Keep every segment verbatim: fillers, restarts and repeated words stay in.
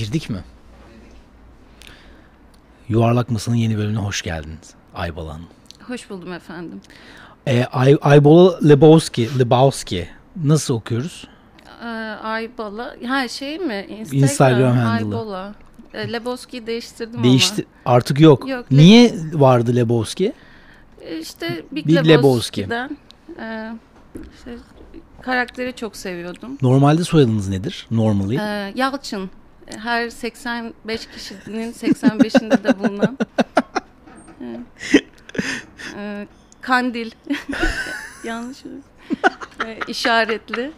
Girdik mi? Yuvarlak Masa'nın yeni bölümüne hoş geldiniz Aybala Hanım. Hoş buldum efendim. Ee, Ay, Aybala Lebowski, Lebowski. Nasıl okuyoruz? Ee, Aybala. Ha şey mi? Instagram, Instagram handle'ı. Aybala. Ee, Lebowski'yi değiştirdim Değişti, ama. artık yok. yok Niye Le- vardı Lebowski? İşte Big, Big Lebowski'den. E, işte, karakteri çok seviyordum. Normalde soyadınız nedir? Normally. Ee, Yalçın. Her seksen beş kişinin seksen beşinde de bulunan. Ee, e, Kandil. Yanlış mı? Ee, işaretli.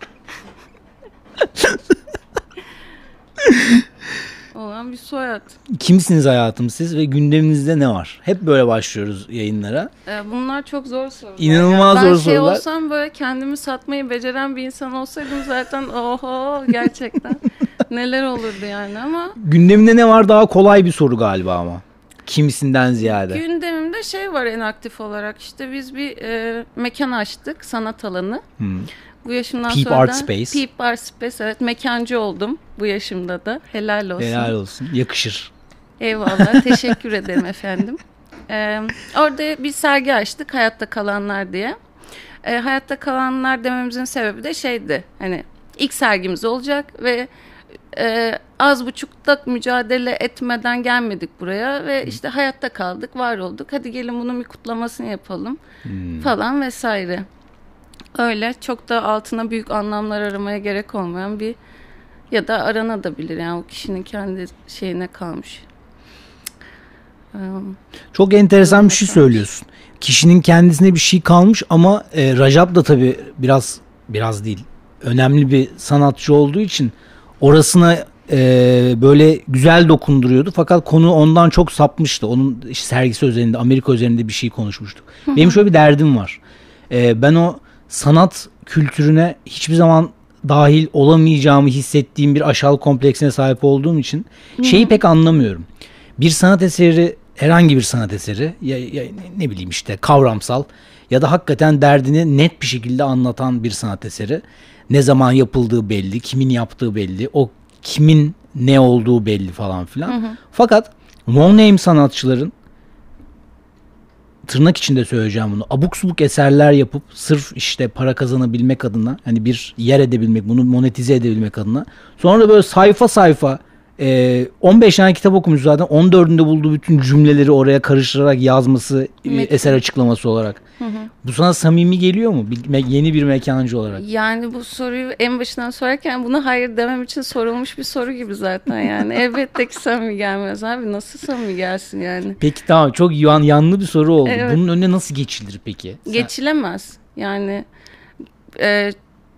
olan bir soyad. Kimsiniz hayatım siz ve gündeminizde ne var? Hep böyle başlıyoruz yayınlara. Ee, bunlar çok zor sorular. İnanılmaz yani zor ben şey sorular. olsam böyle kendimi satmayı beceren bir insan olsaydım zaten oho gerçekten neler olurdu yani ama. Gündeminde ne var daha kolay bir soru galiba ama. Kimisinden ziyade. Gündemimde şey var en aktif olarak işte biz bir e, mekan açtık sanat alanı. Hmm. Bu yaşımdan Peep sonra Art da Space. Peep Art Space evet mekancı oldum bu yaşımda da. Helal olsun. Helal olsun. Yakışır. Eyvallah. Teşekkür ederim efendim. Ee, orada bir sergi açtık Hayatta Kalanlar diye. Ee, Hayatta Kalanlar dememizin sebebi de şeydi. Hani ilk sergimiz olacak ve e, az buçukta mücadele etmeden gelmedik buraya ve işte hayatta kaldık, var olduk. Hadi gelin bunun bir kutlamasını yapalım hmm. falan vesaire. Öyle çok da altına büyük anlamlar aramaya gerek olmayan bir ya da aranabilir yani o kişinin kendi şeyine kalmış. Çok enteresan bir şey söylüyorsun. Kişinin kendisine bir şey kalmış ama e, Rajab da tabii biraz biraz değil önemli bir sanatçı olduğu için orasına e, böyle güzel dokunduruyordu. Fakat konu ondan çok sapmıştı. Onun işte sergisi üzerinde Amerika üzerinde bir şey konuşmuştuk. Hı hı. Benim şöyle bir derdim var. E, ben o sanat kültürüne hiçbir zaman dahil olamayacağımı hissettiğim bir aşağılık kompleksine sahip olduğum için hı hı. şeyi pek anlamıyorum. Bir sanat eseri herhangi bir sanat eseri ya, ya ne bileyim işte kavramsal ya da hakikaten derdini net bir şekilde anlatan bir sanat eseri. Ne zaman yapıldığı belli, kimin yaptığı belli, o kimin ne olduğu belli falan filan. Hı hı. Fakat no name sanatçıların tırnak içinde söyleyeceğim bunu. Abuk subuk eserler yapıp sırf işte para kazanabilmek adına hani bir yer edebilmek, bunu monetize edebilmek adına. Sonra da böyle sayfa sayfa on beş tane kitap okumuş zaten. on dördünde bulduğu bütün cümleleri oraya karıştırarak yazması Metin. Eser açıklaması olarak. Hı hı. Bu sana samimi geliyor mu? Bir, yeni bir mekancı olarak. Yani bu soruyu en başından sorarken buna hayır demem için sorulmuş bir soru gibi zaten yani. Elbette ki samimi gelmez abi. Nasıl samimi gelsin yani? Peki tamam çok yan, yanlı bir soru oldu. Evet. Bunun önüne nasıl geçilir peki? Geçilemez. Yani e,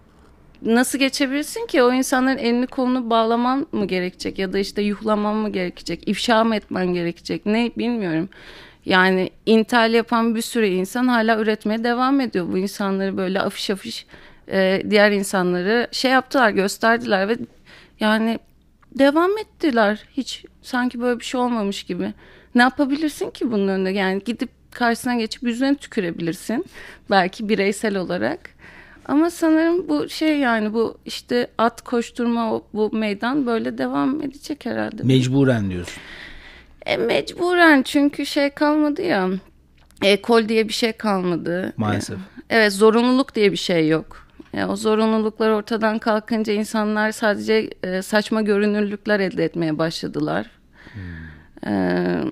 nasıl geçebilirsin ki? O insanların elini kolunu bağlaman mı gerekecek? Ya da işte yuhlaman mı gerekecek? İfşa mı etmen gerekecek? Ne bilmiyorum. Yani intel yapan bir sürü insan hala üretmeye devam ediyor. Bu insanları böyle afiş afiş e, diğer insanları şey yaptılar, gösterdiler ve yani devam ettiler. Hiç sanki böyle bir şey olmamış gibi. Ne yapabilirsin ki bunun önünde? Yani gidip karşısına geçip yüzüne tükürebilirsin. Belki bireysel olarak. Ama sanırım bu şey yani bu işte at koşturma bu meydan böyle devam edecek herhalde. Mecburen diyorsun. E, mecburen çünkü şey kalmadı ya. Ekol diye bir şey kalmadı. Maalesef. Evet zorunluluk diye bir şey yok. Yani o zorunluluklar ortadan kalkınca insanlar sadece e, saçma görünürlükler elde etmeye başladılar. Hmm. Ee,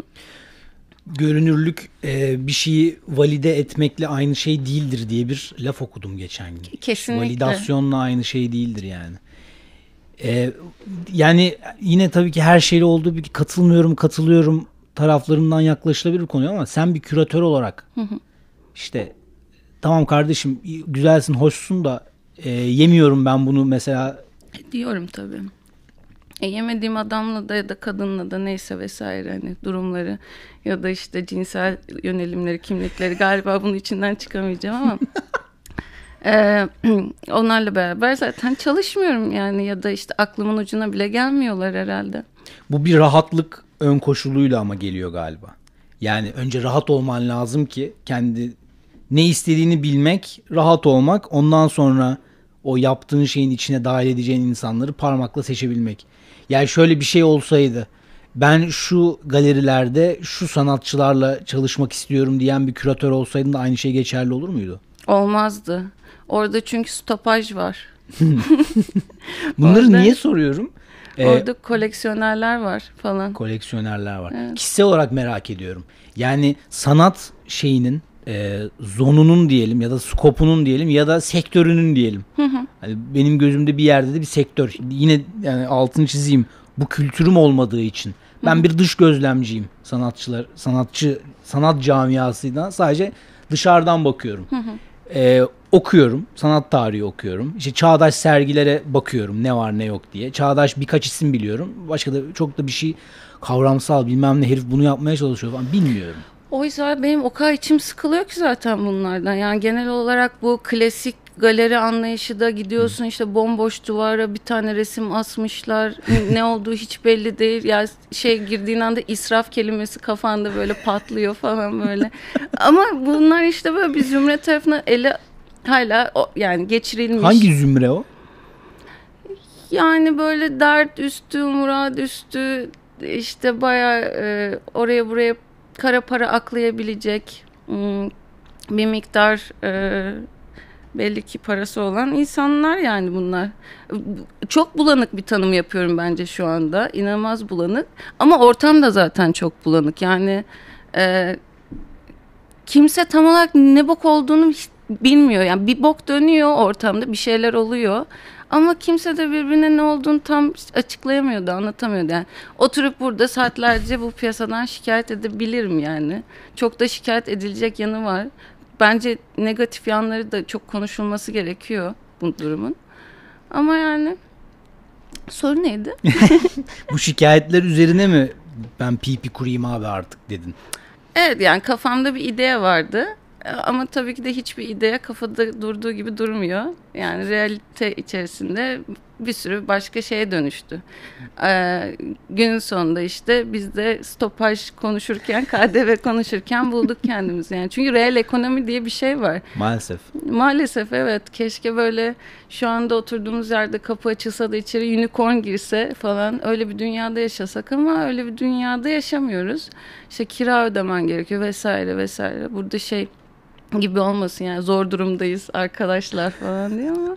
Görünürlük e, bir şeyi valide etmekle aynı şey değildir diye bir laf okudum geçen gün. Kesinlikle. Validasyonla aynı şey değildir yani. E, yani yine tabii ki her şeyle olduğu gibi katılmıyorum katılıyorum taraflarından yaklaşılabilir bir konu ama sen bir küratör olarak hı hı. işte tamam kardeşim güzelsin hoşsun da e, yemiyorum ben bunu mesela. Diyorum tabii. E, yemediğim adamla da ya da kadınla da neyse vesaire hani durumları ya da işte cinsel yönelimleri, kimlikleri galiba bunun içinden çıkamayacağım ama e, onlarla beraber zaten çalışmıyorum yani ya da işte aklımın ucuna bile gelmiyorlar herhalde. Bu bir rahatlık ön koşuluyla ama geliyor galiba. Yani önce rahat olman lazım ki kendi ne istediğini bilmek, rahat olmak, ondan sonra o yaptığın şeyin içine dahil edeceğin insanları parmakla seçebilmek. Yani şöyle bir şey olsaydı, ben şu galerilerde şu sanatçılarla çalışmak istiyorum diyen bir küratör olsaydın da aynı şey geçerli olur muydu? Olmazdı. Orada çünkü stopaj var. Bunları orada, niye soruyorum? Orada ee, koleksiyonerler var falan. Koleksiyonerler var. Evet. Kişisel olarak merak ediyorum. Yani sanat şeyinin e, zonunun diyelim ya da skopunun diyelim ya da sektörünün diyelim. Hı hı. Hani benim gözümde bir yerde de bir sektör. Yine yani altını çizeyim. Bu kültürüm olmadığı için. Ben hı hı. bir dış gözlemciyim. Sanatçılar, sanatçı, sanat camiasından sadece dışarıdan bakıyorum. Hı hı. Ee, okuyorum. Sanat tarihi okuyorum. İşte çağdaş sergilere bakıyorum. Ne var ne yok diye. Çağdaş birkaç isim biliyorum. Başka da çok da bir şey kavramsal bilmem ne herif bunu yapmaya çalışıyor falan bilmiyorum. O yüzden benim o kadar içim sıkılıyor ki zaten bunlardan. Yani genel olarak bu klasik galeri anlayışı da gidiyorsun, işte bomboş duvara bir tane resim asmışlar. Ne olduğu hiç belli değil. Ya şey girdiğin anda israf kelimesi kafanda böyle patlıyor falan böyle. Ama bunlar işte böyle bir zümre tarafına ele hala o, yani geçirilmiş. Hangi zümre o? Yani böyle dert üstü, murad üstü, işte bayağı e, oraya buraya kara para aklayabilecek bir miktar e, belli ki parası olan insanlar yani bunlar. Çok bulanık bir tanım yapıyorum bence şu anda. İnanılmaz bulanık. Ama ortam da zaten çok bulanık. Yani e, kimse tam olarak ne bok olduğunu hiç bilmiyor. Yani bir bok dönüyor ortamda, bir şeyler oluyor. Ama kimse de birbirine ne olduğunu tam açıklayamıyordu, anlatamıyordu. Yani oturup burada saatlerce bu piyasadan şikayet edebilirim yani. Çok da şikayet edilecek yanı var. Bence negatif yanları da çok konuşulması gerekiyor bu durumun. Ama yani soru neydi? Bu şikayetler üzerine mi ben pipi kurayım abi artık dedin? Evet, yani kafamda bir idea vardı. Ama tabii ki de hiçbir idea kafada durduğu gibi durmuyor. Yani realite içerisinde bir sürü başka şeye dönüştü. Ee, günün sonunda işte biz de stopaj konuşurken, K D V konuşurken bulduk kendimizi. Yani çünkü reel ekonomi diye bir şey var. Maalesef. Maalesef evet. Keşke böyle şu anda oturduğumuz yerde kapı açılsa da içeri unicorn girse falan, öyle bir dünyada yaşasak, ama öyle bir dünyada yaşamıyoruz. İşte kira ödemen gerekiyor vesaire vesaire. Burada şey gibi olmasın yani, zor durumdayız arkadaşlar falan diye, ama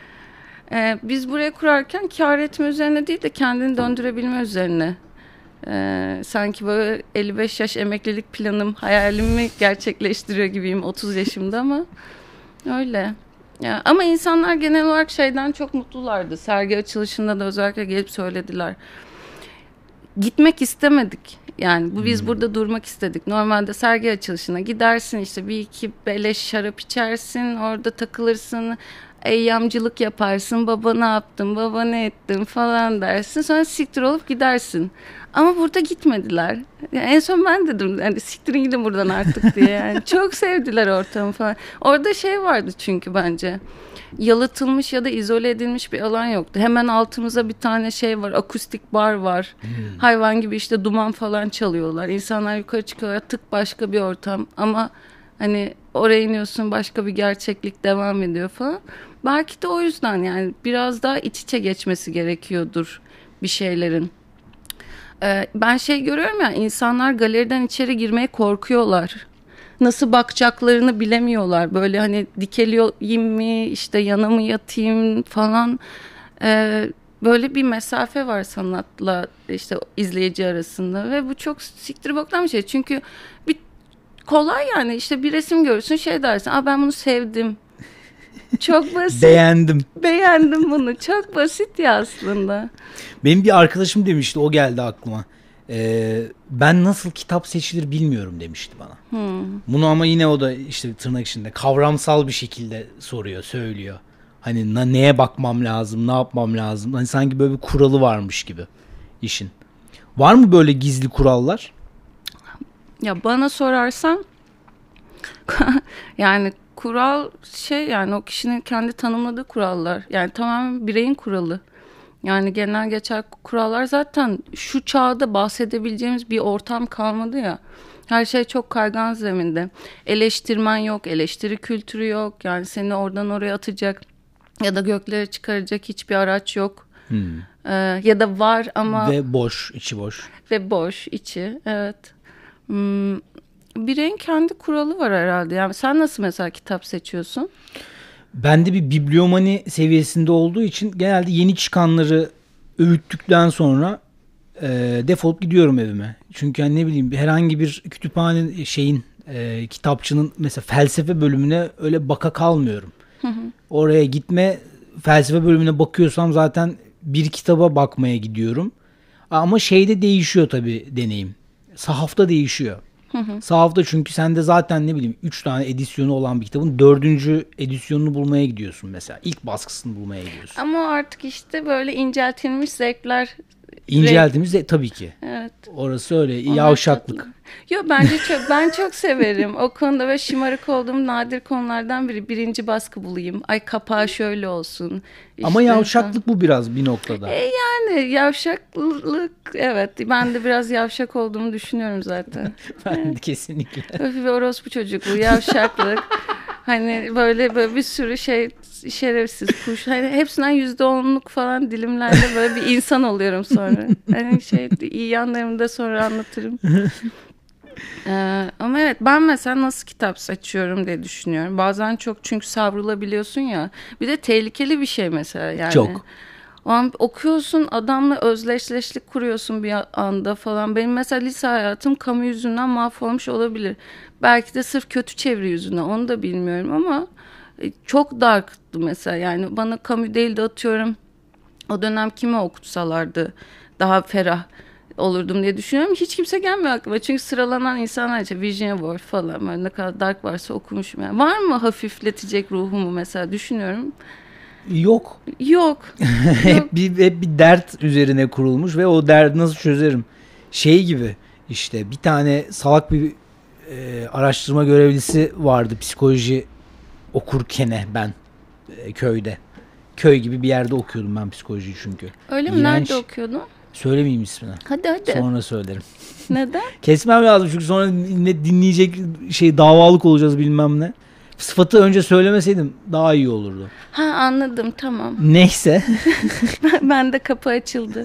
e, biz buraya kurarken kar etme üzerine değil de kendini döndürebilme üzerine. E, sanki böyle elli beş yaş emeklilik planım, hayalimi gerçekleştiriyor gibiyim otuz yaşımda, ama öyle. Ya, ama insanlar genel olarak şeyden çok mutlulardı. Sergi açılışında da özellikle gelip söylediler. Gitmek istemedik. Yani bu biz hmm. burada durmak istedik. Normalde sergi açılışına gidersin, işte bir iki beleş şarap içersin, orada takılırsın, eyyamcılık yaparsın, baba ne yaptın, baba ne ettin falan dersin. Sonra siktir olup gidersin. Ama burada gitmediler. Yani en son ben dedim yani siktirin gidin buradan artık diye. Yani çok sevdiler ortamı falan. Orada şey vardı çünkü bence. Yalıtılmış ya da izole edilmiş bir alan yoktu. Hemen altımıza bir tane şey var, akustik bar var. Hmm. Hayvan gibi işte duman falan çalıyorlar. İnsanlar yukarı çıkıyorlar, tık başka bir ortam. Ama hani oraya iniyorsun, başka bir gerçeklik devam ediyor falan. Belki de o yüzden yani biraz daha iç içe geçmesi gerekiyordur bir şeylerin. Ee, ben şey görüyorum ya, insanlar galeriden içeri girmeye korkuyorlar. Nasıl bakacaklarını bilemiyorlar. Böyle hani dikeliyim mi, işte yana mı yatayım falan. Ee, böyle bir mesafe var sanatla işte izleyici arasında ve bu çok siktir boktan bir şey. Çünkü bir kolay yani, işte bir resim görürsün, şey dersin, aa ben bunu sevdim. Çok basit. Beğendim. Beğendim bunu. Çok basit ya aslında. Benim bir arkadaşım demişti, o geldi aklıma. Ee, ben nasıl kitap seçilir bilmiyorum demişti bana. Hmm. Bunu ama yine o da işte tırnak içinde kavramsal bir şekilde soruyor, söylüyor. Hani na, neye bakmam lazım, ne yapmam lazım. Hani sanki böyle bir kuralı varmış gibi işin. Var mı böyle gizli kurallar? Ya bana sorarsan yani kural şey, yani o kişinin kendi tanımladığı kurallar. Yani tamamen bireyin kuralı. Yani genel geçer kurallar, zaten şu çağda bahsedebileceğimiz bir ortam kalmadı ya. Her şey çok kaygan zeminde. Eleştirmen yok, eleştiri kültürü yok. Yani seni oradan oraya atacak ya da göklere çıkaracak hiçbir araç yok. Hmm. Ee, ya da var ama... Ve boş, içi boş. Ve boş, içi, evet. Hmm, bireyin kendi kuralı var herhalde. Yani sen nasıl mesela kitap seçiyorsun? Bende bir bibliomani seviyesinde olduğu için genelde yeni çıkanları öğüttükten sonra e, defolup gidiyorum evime. Çünkü hani ne bileyim herhangi bir kütüphane şeyin e, kitapçının mesela felsefe bölümüne öyle baka kalmıyorum. Hı hı. Oraya gitme, felsefe bölümüne bakıyorsam zaten bir kitaba bakmaya gidiyorum. Ama şeyde değişiyor tabii deneyim. Sahafta değişiyor. Hı hı. Sahafta çünkü sende zaten ne bileyim üç tane edisyonu olan bir kitabın dördüncü edisyonunu bulmaya gidiyorsun mesela. İlk baskısını bulmaya gidiyorsun. Ama artık işte böyle inceltilmiş zevkler. İnceldiğimiz de tabii ki. Evet. Orası öyle. Onlar yavşaklık. Yok bence çok ben çok severim. O konuda ve şımarık olduğum nadir konulardan biri. Birinci baskı bulayım. Ay kapağı şöyle olsun. İşte, ama yavşaklık bu biraz bir noktada. E yani yavşaklık evet. Ben de biraz yavşak olduğumu düşünüyorum zaten. Ben de kesinlikle. Öf ve orospu çocukluğu, yavşaklık. Hani böyle böyle bir sürü şey şerefsiz kuş. Hani hepsinden yüzde onluk falan dilimlerde böyle bir insan oluyorum sonra. Hani şey iyi yanlarımı da sonra anlatırım. Ee, ama evet ben mesela nasıl kitap seçiyorum diye düşünüyorum. Bazen çok çünkü savrulabiliyorsun ya. Bir de tehlikeli bir şey mesela yani. Çok. O an okuyorsun adamla özdeşleşlik kuruyorsun bir anda falan. Benim mesela lise hayatım kamu yüzünden mahvolmuş olabilir. Belki de sırf kötü çeviri yüzünden onu da bilmiyorum ama çok darktı mesela. Yani bana kamu değil de atıyorum o dönem kime okutsalardı daha ferah olurdum diye düşünüyorum. Hiç kimse gelmiyor aklıma. Çünkü sıralanan insanlar işte Virginia Woolf falan böyle ne kadar dark varsa okumuşum. Yani. Var mı hafifletecek ruhumu mesela düşünüyorum. Yok. Yok. hep, bir, hep bir dert üzerine kurulmuş ve o derdi nasıl çözerim? Şey gibi işte bir tane salak bir e, araştırma görevlisi vardı psikoloji okurkene ben e, köyde. Köy gibi bir yerde okuyordum ben psikolojiyi çünkü. Öyle mi? İğrenç. Nerede okuyordun? Söylemeyeyim ismini. Hadi hadi. Sonra söylerim. Neden? Kesmem lazım çünkü sonra ne dinleyecek şey davalık olacağız bilmem ne. Sıfatı önce söylemeseydim daha iyi olurdu. Ha anladım tamam. Neyse. ben de kapı açıldı.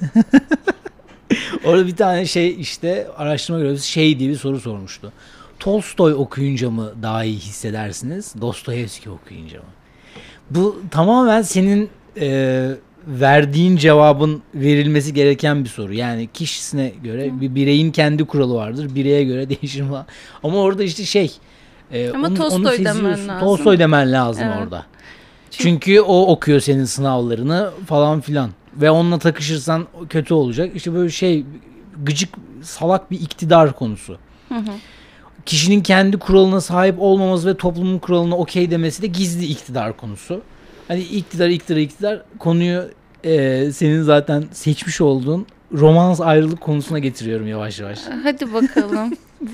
Orada bir tane şey işte araştırma görevlisi şey diye bir soru sormuştu. Tolstoy okuyunca mı daha iyi hissedersiniz? Dostoyevski okuyunca mı? Bu tamamen senin e, verdiğin cevabın verilmesi gereken bir soru. Yani kişisine göre bir bireyin kendi kuralı vardır. Bireye göre değişir falan. Ama orada işte şey e, ama onu, Tolstoy onu demen lazım. Tolstoy demen lazım evet. Orada. Çünkü... Çünkü o okuyor senin sınavlarını falan filan. Ve onunla takışırsan kötü olacak. İşte böyle şey gıcık salak bir iktidar konusu. Hı hı. Kişinin kendi kuralına sahip olmaması ve toplumun kuralına okey demesi de gizli iktidar konusu. Hani iktidar iktidar iktidar konuyu e, senin zaten seçmiş olduğun romans ayrılık konusuna getiriyorum yavaş yavaş. Hadi bakalım.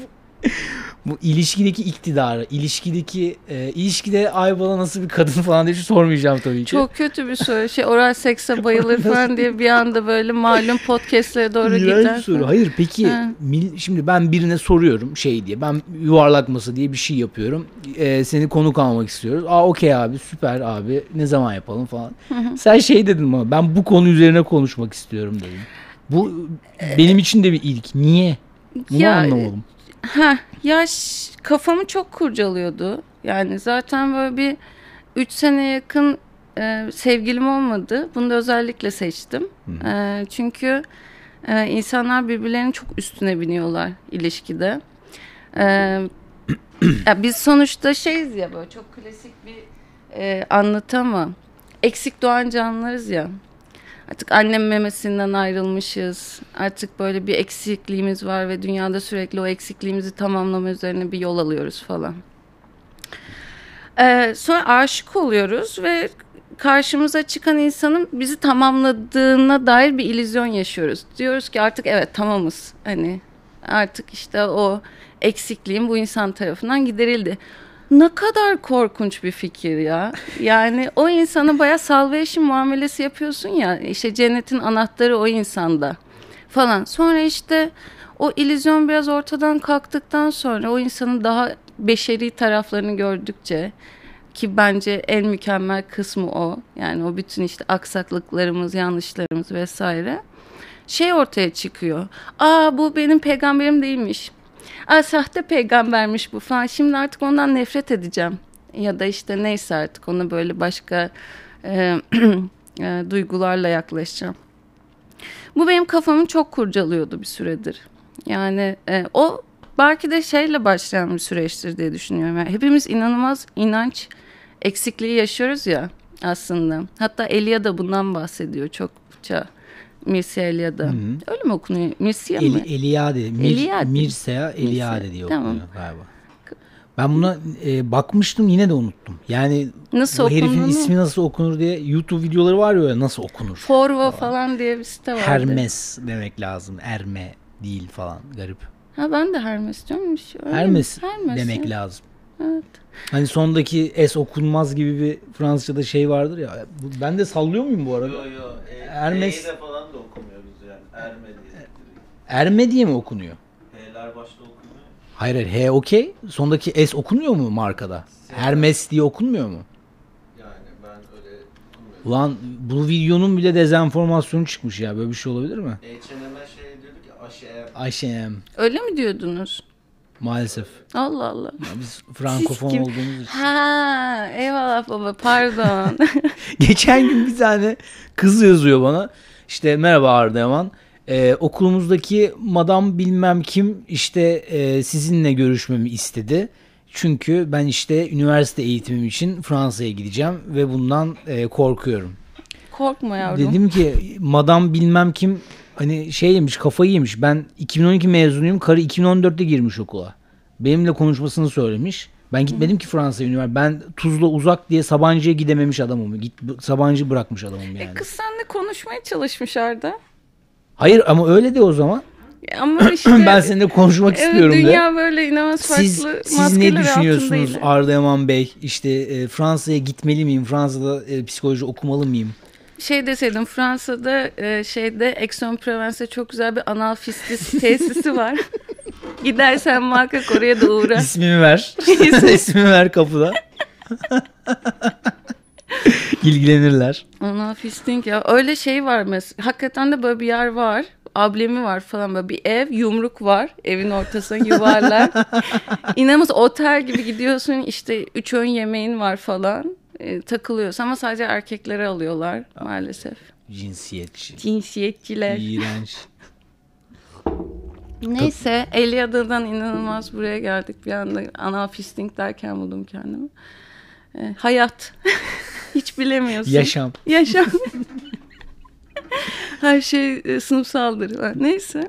Bu ilişkideki iktidarı, ilişkideki e, ilişkide Aybala nasıl bir kadın falan diye sormayacağım tabii ki. Çok kötü bir soru. Şey oral sekse bayılır falan diye bir anda böyle malum podcastlere doğru gider. Soru. Hayır peki mil, şimdi ben birine soruyorum şey diye. Ben yuvarlak masa diye bir şey yapıyorum. E, seni konuk almak istiyoruz. Aa okey abi süper abi ne zaman yapalım falan. Hı hı. Sen şey dedin bana ben bu konu üzerine konuşmak istiyorum dedin. Bu benim için de bir ilk. Niye? Bunu ya, anlamadım. Ha ya ş- kafamı çok kurcalıyordu. Yani zaten böyle bir üç sene yakın e, sevgilim olmadı. Bunu da özellikle seçtim. E, çünkü e, insanlar birbirlerinin çok üstüne biniyorlar ilişkide. E, ya biz sonuçta şeyiz ya böyle çok klasik bir e, anlatı ama eksik doğan canlılarız ya. Artık annem memesinden ayrılmışız. Artık böyle bir eksikliğimiz var ve dünyada sürekli o eksikliğimizi tamamlama üzerine bir yol alıyoruz falan. Ee, sonra aşık oluyoruz ve karşımıza çıkan insanın bizi tamamladığına dair bir illüzyon yaşıyoruz. Diyoruz ki artık evet tamamız. Hani artık işte o eksikliğim bu insan tarafından giderildi. Ne kadar korkunç bir fikir ya. Yani o insana bayağı salvation muamelesi yapıyorsun ya. İşte cennetin anahtarı o insanda falan. Sonra işte o illüzyon biraz ortadan kalktıktan sonra o insanın daha beşeri taraflarını gördükçe ki bence en mükemmel kısmı o. Yani o bütün işte aksaklıklarımız, yanlışlarımız vesaire. Şey ortaya çıkıyor. Aa bu benim peygamberim değilmiş. Aa sahte peygambermiş bu falan. Şimdi artık ondan nefret edeceğim. Ya da işte neyse artık ona böyle başka e, e, duygularla yaklaşacağım. Bu benim kafamı çok kurcalıyordu bir süredir. Yani e, o belki de şeyle başlayan bir süreçtir diye düşünüyorum. Yani hepimiz inanılmaz inanç eksikliği yaşıyoruz ya aslında. Hatta Elia da bundan bahsediyor çokça. Mircea Eliade. Hı-hı. Öyle mi okunuyor? Mircea El, mı? Eliade. Mir, Eliade. Mircea Eliade diye okunuyor tamam. Galiba. Ben buna e, bakmıştım yine de unuttum. Yani nasıl bu herifin ismi nasıl okunur diye YouTube videoları var ya nasıl okunur. Forva falan. falan diye bir site vardı. Hermes demek lazım. Erme değil falan garip. Ha ben de Hermes diyorum. Hermes, Hermes demek ya. lazım. Evet. Hani sondaki S okunmaz gibi bir Fransızca'da şey vardır ya. Ben de sallıyor muyum bu arada? Yok yok. E, Hermes de falan da okumuyoruz yani. Erme diye. Erme diye mi okunuyor? H'ler başta okunuyor. Hayır hayır H okey. Sondaki S okunmuyor mu markada? S- Hermes diye okunmuyor mu? Yani ben öyle okumuyorum. Ulan bu videonun bile dezenformasyonu çıkmış ya. Böyle bir şey olabilir mi? H and M'e şey diyorduk ya H and M. Öyle mi diyordunuz? Maalesef. Allah Allah. Ya biz Frankofon olduğumuz için. Ha, eyvallah baba pardon. Geçen gün bir tane kız yazıyor bana. İşte merhaba Arda Yaman. Ee, okulumuzdaki madam bilmem kim işte e, sizinle görüşmemi istedi. Çünkü ben işte üniversite eğitimim için Fransa'ya gideceğim ve bundan e, korkuyorum. Korkma yavrum. Dedim ki madam bilmem kim hani şey yemiş kafayı yemiş. Ben iki bin on iki mezunuyum. Karı iki bin on dörtte girmiş okula. Benimle konuşmasını söylemiş. Ben gitmedim ki Fransa'ya üniversite. Ben Tuzla uzak diye Sabancı'ya gidememiş adamım. Git, Sabancı bırakmış adamım yani. E kız seninle konuşmaya çalışmış Arda. Hayır ama öyle de o zaman. Ama işte ben seninle konuşmak evet, istiyorum dünya de. Dünya böyle inanılmaz farklı siz, siz ne düşünüyorsunuz altındaydı. Arda Yaman Bey? İşte e, Fransa'ya gitmeli miyim? Fransa'da e, psikoloji okumalı mıyım? Şey deseydim Fransa'da e, şeyde Aix-en-Provence'de çok güzel bir anal fistis tesisi var. Gidersen muhakkak oraya da uğra. İsmimi ver. İsmimi ver kapıda. İlgilenirler. Anal fisting ya. Öyle şey var mesela. Hakikaten de böyle bir yer var. Ablemi var falan böyle bir ev, yumruk var. Evin ortasına yuvarlar. İnanılmaz otel gibi gidiyorsun işte üç öğün yemeğin var falan. E, takılıyorsun ama sadece erkekleri alıyorlar maalesef. Cinsiyetçi. Cinsiyetçiler. İğrenç. Neyse Eliade'dan inanılmaz buraya geldik bir anda anal fisting derken buldum kendimi. E, hayat. Hiç bilemiyorsun. Yaşam. Yaşam. Her şey e, sınıfsaldır. Neyse.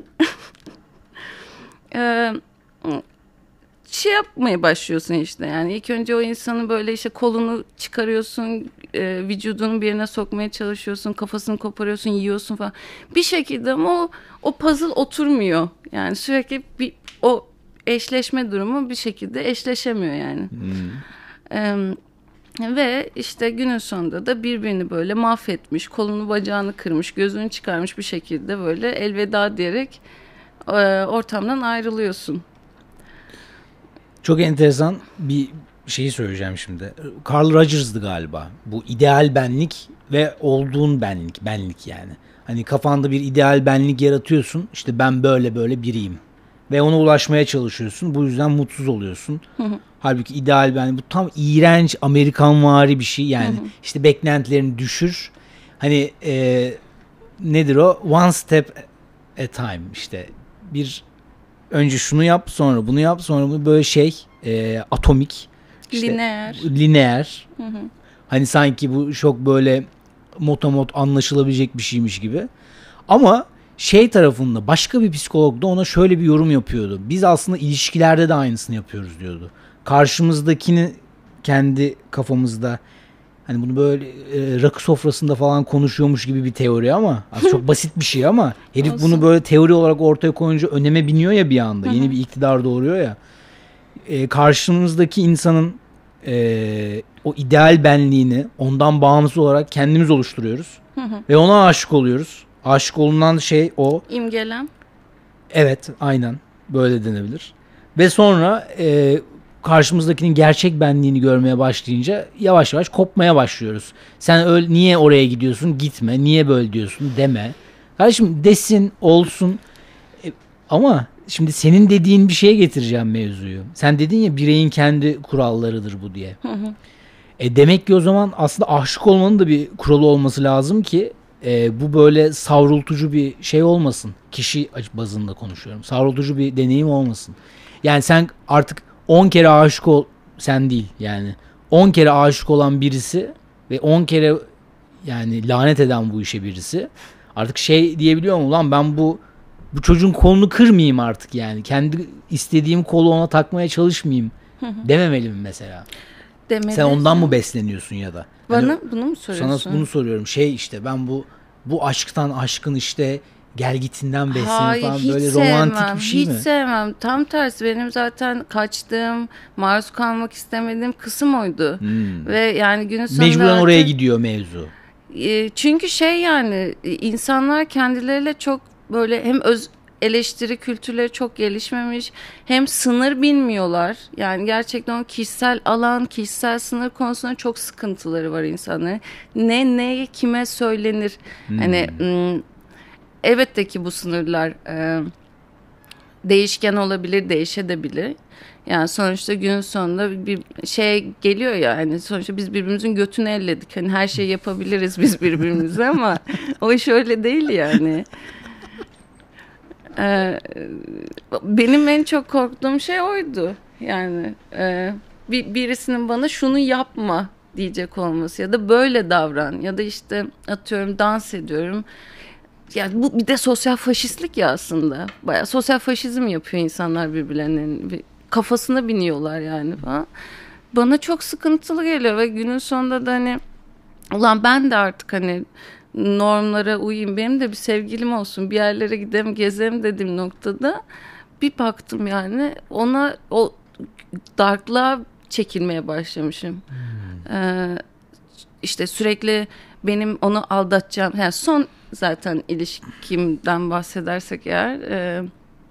Eee şey yapmaya başlıyorsun işte yani ilk önce o insanın böyle işte kolunu çıkarıyorsun e, vücudunu bir yerine sokmaya çalışıyorsun kafasını koparıyorsun yiyorsun falan bir şekilde ama o, o puzzle oturmuyor yani sürekli bir o eşleşme durumu bir şekilde eşleşemiyor yani hmm. e, ve işte günün sonunda da birbirini böyle mahvetmiş kolunu bacağını kırmış gözünü çıkarmış bir şekilde böyle elveda diyerek e, ortamdan ayrılıyorsun. Çok enteresan bir şeyi söyleyeceğim şimdi. Carl Rogers'dı galiba. Bu ideal benlik ve olduğun benlik. Benlik yani. Hani kafanda bir ideal benlik yaratıyorsun. İşte ben böyle böyle biriyim. Ve ona ulaşmaya çalışıyorsun. Bu yüzden mutsuz oluyorsun. Hı hı. Halbuki ideal benlik. Bu tam iğrenç Amerikanvari bir şey. Yani hı hı. işte beklentilerini düşür. Hani e, nedir o? One step at a time. İşte bir önce şunu yap sonra bunu yap sonra bunu böyle şey e, atomik işte, lineer lineer hı hı. Hani sanki bu çok böyle motomot anlaşılabilecek bir şeymiş gibi ama şey tarafında başka bir psikolog da ona şöyle bir yorum yapıyordu. Biz aslında ilişkilerde de aynısını yapıyoruz diyordu. Karşımızdakini kendi kafamızda hani bunu böyle e, rakı sofrasında falan konuşuyormuş gibi bir teori ama aslında çok basit bir şey ama herif olsun. Bunu böyle teori olarak ortaya koyunca öneme biniyor ya bir anda. Yeni bir iktidar doğuruyor ya. E, karşımızdaki insanın e, o ideal benliğini ondan bağımsız olarak kendimiz oluşturuyoruz. Ve ona aşık oluyoruz. Aşık olunan şey o. İmgelem. Evet aynen böyle denebilir. Ve sonra e, karşımızdakinin gerçek benliğini görmeye başlayınca yavaş yavaş kopmaya başlıyoruz. Sen öyle, niye oraya gidiyorsun? Gitme. Niye böyle diyorsun? Deme. Kardeşim desin, olsun. E, ama şimdi senin dediğin bir şeye getireceğim mevzuyu. Sen dedin ya bireyin kendi kurallarıdır bu diye. Hı hı. E demek ki o zaman aslında aşık olmanın da bir kuralı olması lazım ki e, bu böyle savrultucu bir şey olmasın. Kişi bazında konuşuyorum. Savrultucu bir deneyim olmasın. Yani sen artık on kere aşık ol, sen değil yani. on kere aşık olan birisi ve on kere yani lanet eden bu işe birisi artık şey diyebiliyor mu lan, ben bu bu çocuğun kolunu kırmayayım artık yani. Kendi istediğim kolu ona takmaya çalışmayayım dememeli mi mesela? Demedi. Sen ondan mı besleniyorsun ya da? Bana hani bunu mu soruyorsun? Sana bunu soruyorum. Şey işte ben bu bu aşktan aşkın işte gelgitinden besleniyorum falan, böyle romantik sevmem, bir şey hiç mi? Hiç sevmem. Tam tersi, benim zaten kaçtığım, maruz kalmak istemediğim kısım oydu. Hmm. Ve yani günün sonunda mecburen artık, oraya gidiyor mevzu. E, çünkü şey yani insanlar kendileriyle çok böyle hem öz eleştiri kültürleri çok gelişmemiş, hem sınır bilmiyorlar. Yani gerçekten o kişisel alan, kişisel sınır konusunda çok sıkıntıları var insanların. Ne neye kime söylenir? Hmm. Hani elbette ki bu sınırlar e, değişken olabilir, değişebilir. Yani sonuçta günün sonunda bir şey geliyor ya, hani sonuçta biz birbirimizin götünü elledik. Hani her şeyi yapabiliriz biz birbirimize ama o iş öyle değil yani. Ee, benim en çok korktuğum şey oydu. Yani e, bir, birisinin bana şunu yapma diyecek olması ya da böyle davran ya da işte atıyorum dans ediyorum. Yani bu bir de sosyal faşistlik ya aslında. Bayağı sosyal faşizm yapıyor insanlar birbirlerinin. Kafasına biniyorlar yani falan. Bana çok sıkıntılı geliyor ve günün sonunda da hani ulan ben de artık hani normlara uyayım, benim de bir sevgilim olsun, bir yerlere gidelim gezelim dediğim noktada bir baktım yani ona o darklığa çekilmeye başlamışım. Hmm. Ee, işte sürekli benim onu aldatacağım. Yani son zaten ilişkimden bahsedersek eğer e,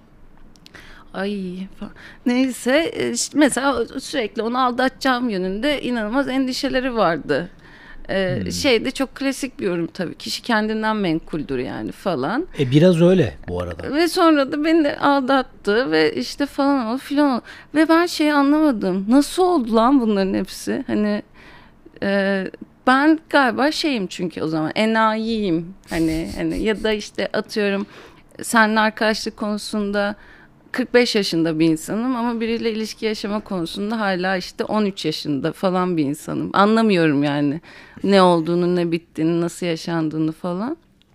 ay falan. Neyse işte mesela sürekli onu aldatacağım yönünde inanılmaz endişeleri vardı. Ee, hmm. Şey de çok klasik bir yorum tabii. Kişi kendinden menkuldür yani falan. E biraz öyle bu arada. Ve sonra da beni de aldattı ve işte falan oldu filan oldu. Ve ben şeyi anlamadım. Nasıl oldu lan bunların hepsi? Hani e, ben galiba şeyim çünkü o zaman enayiyim. Hani, hani ya da işte atıyorum seninle arkadaşlık konusunda kırk beş yaşında bir insanım ama biriyle ilişki yaşama konusunda hala işte on üç yaşında falan bir insanım. Anlamıyorum yani ne olduğunu, ne bittiğini, nasıl yaşandığını falan.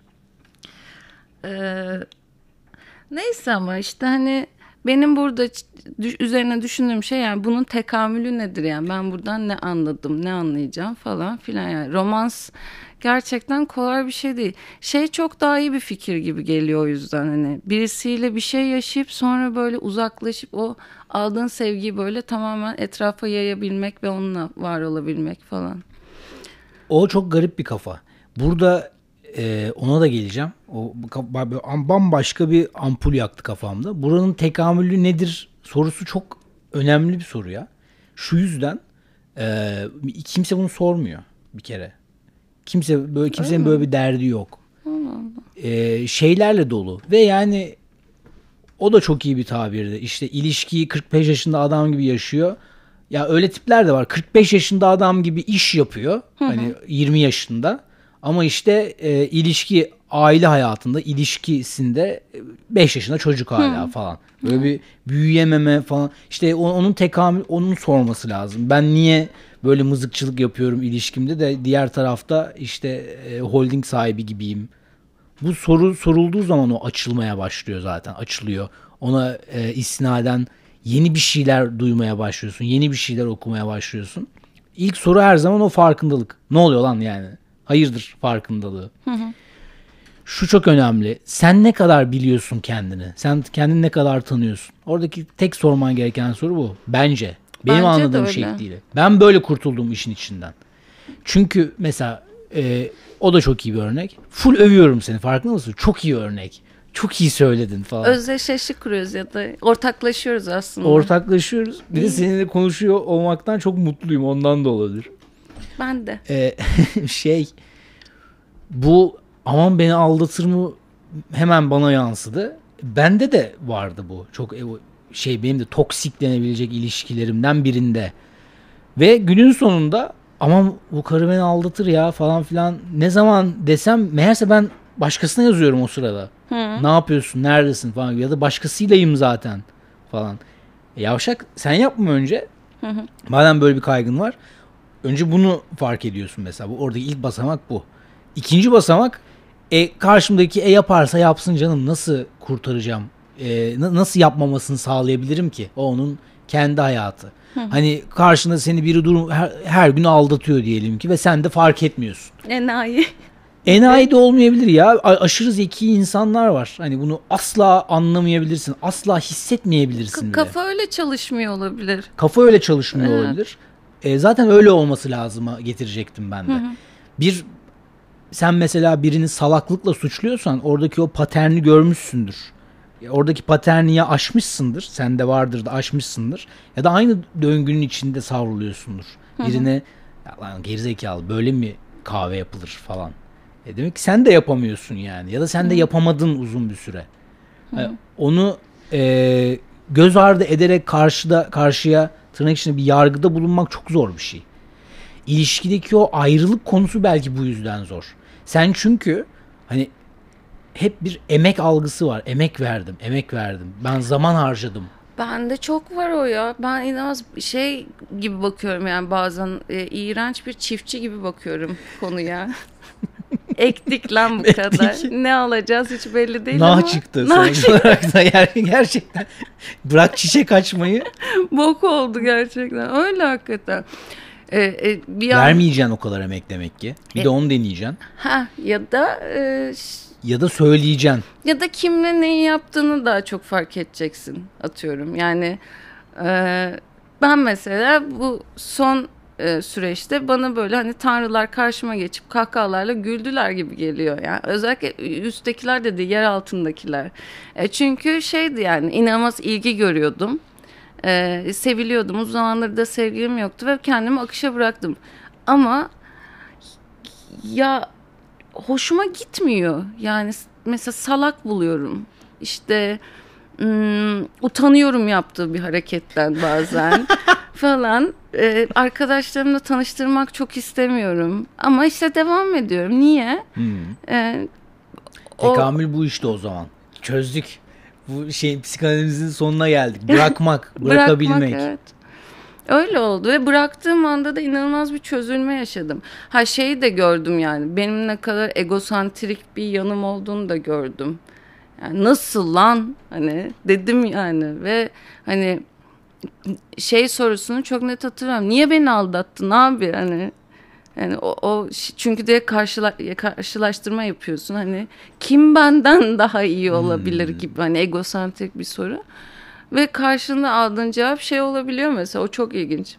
Ee, neyse ama işte hani benim burada üzerine düşündüğüm şey yani bunun tekamülü nedir yani ben buradan ne anladım, ne anlayacağım falan filan yani romans gerçekten kolay bir şey değil. Şey çok daha iyi bir fikir gibi geliyor o yüzden hani birisiyle bir şey yaşayıp sonra böyle uzaklaşıp o aldığın sevgiyi böyle tamamen etrafa yayabilmek ve onunla var olabilmek falan. O çok garip bir kafa. Burada e, ona da geleceğim. O bambaşka bir ampul yaktı kafamda. Buranın tekamülü nedir sorusu çok önemli bir soru ya. Şu yüzden e, kimse bunu sormuyor bir kere. Kimse böyle kimsenin Öyle böyle mi? bir derdi yok. Ee, şeylerle dolu ve yani o da çok iyi bir tabirdi. İşte ilişkiyi kırk beş yaşında adam gibi yaşıyor. Ya öyle tipler de var. kırk beş yaşında adam gibi iş yapıyor. Hı hı. Hani yirmi yaşında. Ama işte e, ilişki aile hayatında ilişkisinde beş yaşında çocuk hala hı. falan. Böyle hı. bir büyüyememe falan. İşte onun tekamül onun sorması lazım. Ben niye böyle mızıkçılık yapıyorum ilişkimde de diğer tarafta işte e, holding sahibi gibiyim. Bu soru sorulduğu zaman o açılmaya başlıyor zaten. Açılıyor. Ona e, istinaden yeni bir şeyler duymaya başlıyorsun. Yeni bir şeyler okumaya başlıyorsun. İlk soru her zaman o farkındalık. Ne oluyor lan yani? Hayırdır farkındalığı. Hı hı. Şu çok önemli. Sen ne kadar biliyorsun kendini? Sen kendini ne kadar tanıyorsun? Oradaki tek sorman gereken soru bu. Bence. Benim Bence anladığım şekliyle. Ben böyle kurtuldum işin içinden. Çünkü mesela e, o da çok iyi bir örnek. Full övüyorum seni, farkında mısın? Çok iyi örnek. çok iyi söyledin falan. Özdeşleşik kuruyoruz ya da ortaklaşıyoruz aslında. Ortaklaşıyoruz. Bir de seninle konuşuyor olmaktan çok mutluyum. Ondan da olabilir. Ben de. Ee, şey bu aman beni aldatır mı hemen bana yansıdı. Bende de vardı bu. Çok şey benim de toksik denebilecek ilişkilerimden birinde. Ve günün sonunda aman bu karı beni aldatır ya falan filan ne zaman desem meğerse ben başkasına yazıyorum o sırada. Hı. Ne yapıyorsun? Neredesin falan ya da başkasıylayım zaten falan. E yavşak sen yapma önce. Hı hı. Madem böyle bir kaygın var. Önce bunu fark ediyorsun mesela. Bu oradaki ilk basamak bu. İkinci basamak e, karşımdaki e yaparsa yapsın canım. Nasıl kurtaracağım? E, nasıl yapmamasını sağlayabilirim ki? O onun kendi hayatı. Hı. Hani karşında seni biri durum her, her gün aldatıyor diyelim ki ve sen de fark etmiyorsun. Enayi. Enayi de olmayabilir ya. A- aşırı zeki insanlar var. Hani bunu asla anlamayabilirsin. Asla hissetmeyebilirsin K- bile. Kafa öyle çalışmıyor olabilir. Kafa öyle çalışmıyor evet. olabilir. E, zaten öyle olması lazıma getirecektim ben de. Hı hı. Bir sen mesela birini salaklıkla suçluyorsan oradaki o paterni görmüşsündür. Oradaki paterni ya aşmışsındır. Sende vardır da aşmışsındır. Ya da aynı döngünün içinde savruluyorsundur. Birine ya lan gerizekalı böyle mi kahve yapılır falan. E demek ki sen de yapamıyorsun yani. Ya da sen de yapamadın uzun bir süre. Yani onu e, göz ardı ederek karşıda karşıya tırnak içinde bir yargıda bulunmak çok zor bir şey. İlişkideki o ayrılık konusu belki bu yüzden zor. Sen çünkü hani hep bir emek algısı var. Emek verdim, emek verdim. Ben zaman harcadım. Bende çok var o ya. Ben inanılmaz şey gibi bakıyorum yani bazen e, iğrenç bir çiftçi gibi bakıyorum konuya. Ektik lan bu Ektik. kadar. Ne alacağız hiç belli değil nah ama. Çıktı nah çıktı. Olarak da yani gerçekten. Bırak çiçek açmayı. Bok oldu gerçekten. Öyle hakikaten. Ee, e, bir Vermeyeceksin an... o kadar emek demek ki. Bir e... de onu deneyeceksin. Ha ya da e... ya da söyleyeceksin. Ya da kimle neyi yaptığını daha çok fark edeceksin atıyorum. Yani e, ben mesela bu son e, süreçte bana böyle hani tanrılar karşıma geçip kahkahalarla güldüler gibi geliyor. Yani özellikle üsttekiler de değil, yer altındakiler. E, çünkü şeydi yani inanılmaz ilgi görüyordum. E, seviliyordum. Uzun zamandır da sevgilim yoktu ve kendimi akışa bıraktım. Ama ya hoşuma gitmiyor. Yani mesela salak buluyorum. İşte ım, utanıyorum yaptığı bir hareketten bazen falan. Ee, arkadaşlarımla tanıştırmak çok istemiyorum. Ama işte devam ediyorum. Niye? Hmm. Ee, Tekamül o... bu işte o zaman. Çözdük. Bu şey psikanalizin sonuna geldik. Bırakmak, bırakabilmek. Bırakmak, evet. Öyle oldu ve bıraktığım anda da inanılmaz bir çözülme yaşadım. Ha şeyi de gördüm yani benim ne kadar egosantrik bir yanım olduğunu da gördüm. Yani nasıl lan hani dedim yani ve hani şey sorusunu çok net hatırlıyorum. Niye beni aldattın abi hani yani o, o çünkü de karşıla, karşılaştırma yapıyorsun hani kim benden daha iyi olabilir hmm. gibi hani egosantrik bir soru. Ve karşında aldığın cevap şey olabiliyor mesela. O çok ilginç.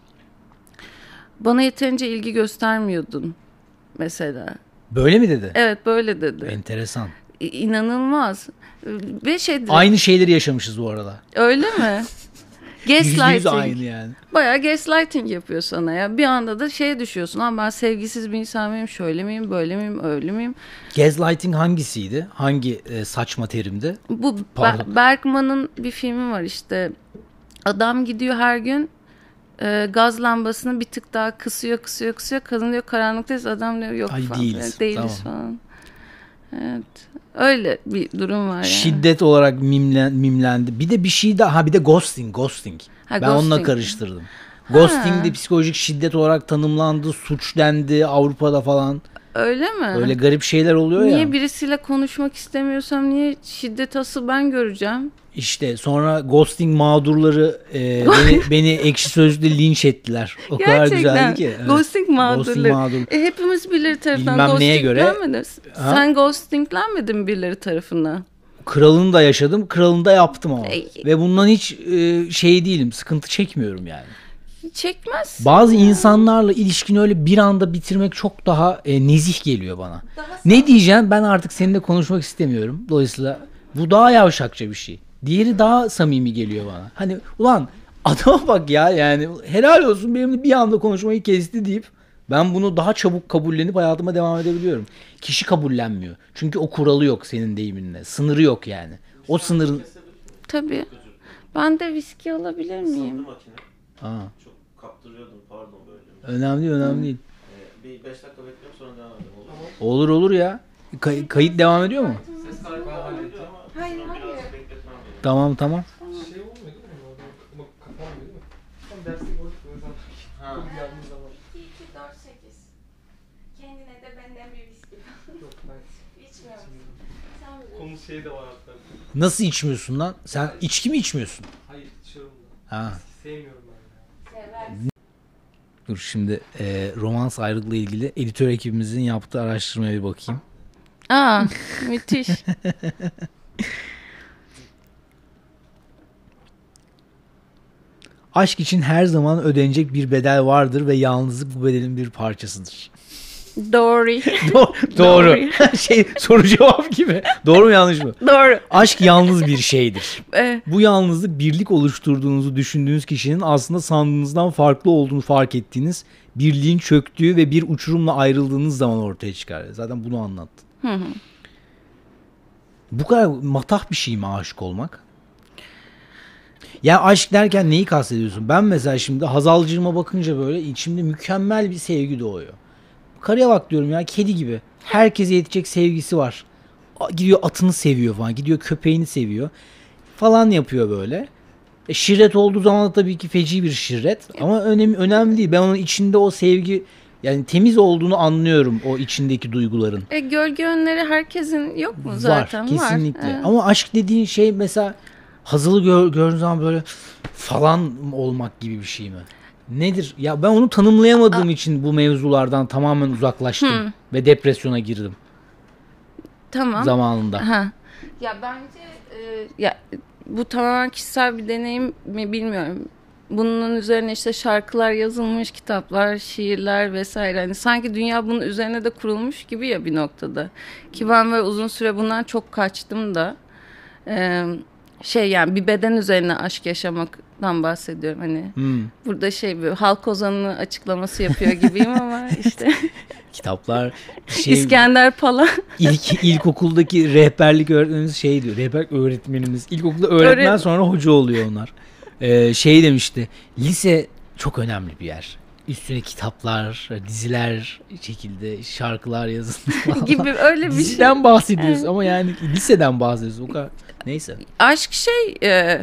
Bana yeterince ilgi göstermiyordun mesela. Böyle mi dedi? Evet böyle dedi. Enteresan. İnanılmaz. Ve şey dedi. Aynı şeyleri yaşamışız bu arada. Öyle mi? Gaslighting. Yüzde yüz aynı yani. Bayağı gaslighting yapıyor sana ya. Bir anda da şeye düşüyorsun. Ama ben sevgisiz bir insan mıyım? Şöyle miyim? Böyle miyim? Öyle miyim? Gaslighting hangisiydi? Hangi e, saçma terimdi? Bu Ber- Bergman'ın bir filmi var işte. Adam gidiyor her gün e, gaz lambasını bir tık daha kısıyor, kısıyor, kısıyor. Kadın diyor karanlıktayız. Adam diyor yok Ay, falan. Değiliz. Yani, değiliz tamam. falan. Evet. Öyle bir durum var yani. Şiddet olarak mimlen, mimlendi. Bir de bir şey daha. Ha bir de ghosting. Ghosting. Ha, ben ghosting. onunla karıştırdım. Ghosting de psikolojik şiddet olarak tanımlandı. Suç dendi Avrupa'da falan. Öyle mi? Öyle garip şeyler oluyor niye ya. Niye birisiyle konuşmak istemiyorsam niye şiddet asıl ben göreceğim? İşte sonra ghosting mağdurları e, beni, beni ekşi sözlükte linç ettiler. O Gerçekten. kadar güzeldi ki. Evet. Ghosting mağdurları. Ghosting mağdur. e, hepimiz birileri tarafından ghostinglenmediniz. Sen ghostinglenmedin birileri tarafından. Kralını da yaşadım, kralını da yaptım ama. E, Ve bundan hiç e, şey değilim, sıkıntı çekmiyorum yani. Çekmez. Bazı yani. insanlarla ilişkini öyle bir anda bitirmek çok daha e, nezih geliyor bana. Daha ne diyeceğim? Ben artık seninle konuşmak istemiyorum. Dolayısıyla Bu daha yavşakça bir şey. Diğeri daha samimi geliyor bana. Hani ulan adama bak ya, yani helal olsun benimle bir anda konuşmayı kesti deyip ben bunu daha çabuk kabullenip hayatıma devam edebiliyorum. Kişi kabullenmiyor. Çünkü o kuralı yok senin deyiminle. Sınırı yok yani. O sınırın... Tabii. Ben de viski alabilir miyim? makine. Aa, Çok kaptırıyordum, pardon böyle. önemli değil, önemli değil. Ee, bir beş dakika bekliyorum, sonra devam edelim, olur mu? Olur olur ya. Kay- kayıt devam ediyor mu? Ses kaydı hallediyor ama Hayır, şunu hayır. biraz bekletmem gerekiyor. Tamam tamam. Şey olmuyor değil mi? Orada ama kapanmıyor değil mi? Tam dersi gördük böyle zaten. Ha. Geldiğimiz zaman. iki iki dört sekiz. Kendine de benden bir viski. Yok ben İçmiyorum. Sen bilirsin. konu şey de var hatta. Nasıl içmiyorsun lan? Sen içki mi içmiyorsun? Hayır içiyorum da. Ha. Sevmiyorum ben ya. Seversin. Dur şimdi e, romans ayrılıkla ilgili editör ekibimizin yaptığı araştırmaya bir bakayım. Aa, müthiş. Aşk için her zaman ödenecek bir bedel vardır ve yalnızlık bu bedelin bir parçasıdır. Doğru. Do- Doğru. şey soru cevap gibi. Doğru mu yanlış mı? Doğru. Aşk yalnız bir şeydir. Ee, Bu yalnızlık birlik oluşturduğunuzu düşündüğünüz kişinin aslında sandığınızdan farklı olduğunu fark ettiğiniz, birliğin çöktüğü ve bir uçurumla ayrıldığınız zaman ortaya çıkar. Zaten bunu anlattın. hı hı. Bu kadar matah bir şey mi aşık olmak? Ya aşk derken neyi kastediyorsun? Ben mesela şimdi Hazalcığıma bakınca böyle içimde mükemmel bir sevgi doğuyor. Karıya bak diyorum ya, kedi gibi. Herkese yetecek sevgisi var. A- Gidiyor atını seviyor falan. Gidiyor köpeğini seviyor. Falan yapıyor böyle. E, şirret olduğu zaman da tabii ki feci bir şirret. Ama önemli, önemli değil. Ben onun içinde o sevgi, yani temiz olduğunu anlıyorum o içindeki duyguların. E, gölge yönleri herkesin yok mu zaten? Var kesinlikle. Var. Evet. Ama aşk dediğin şey mesela Hazal'ı gör, gördüğün zaman böyle falan olmak gibi bir şey mi? Nedir? Ya ben onu tanımlayamadığım için bu mevzulardan tamamen uzaklaştım Hmm. ve depresyona girdim Tamam. zamanında. Ha. Ya bence e, ya bu tamamen kişisel bir deneyim mi bilmiyorum. Bunun üzerine işte şarkılar yazılmış, kitaplar, şiirler vesaire. Hani sanki dünya bunun üzerine de kurulmuş gibi ya bir noktada. Ki ben böyle uzun süre bundan çok kaçtım da. Ee, şey yani bir beden üzerine aşk yaşamaktan bahsediyorum. Hani Hmm. burada şey bir halk ozanı açıklaması yapıyor gibiyim ama işte Kitaplar şey, İskender Pala. ilk ilkokuldaki rehberlik öğretmenimiz şey diyor. Rehberlik öğretmenimiz ilkokulda öğretmen Öğret- sonra hoca oluyor onlar. Ee, şey demişti. Lise çok önemli bir yer. Üstüne kitaplar, diziler çekildi, şarkılar yazıldı falan. gibi öyle bir şey. Diziden bahsediyoruz Evet. ama yani liseden bahsediyoruz. O kadar. Neyse. Aşk şey e,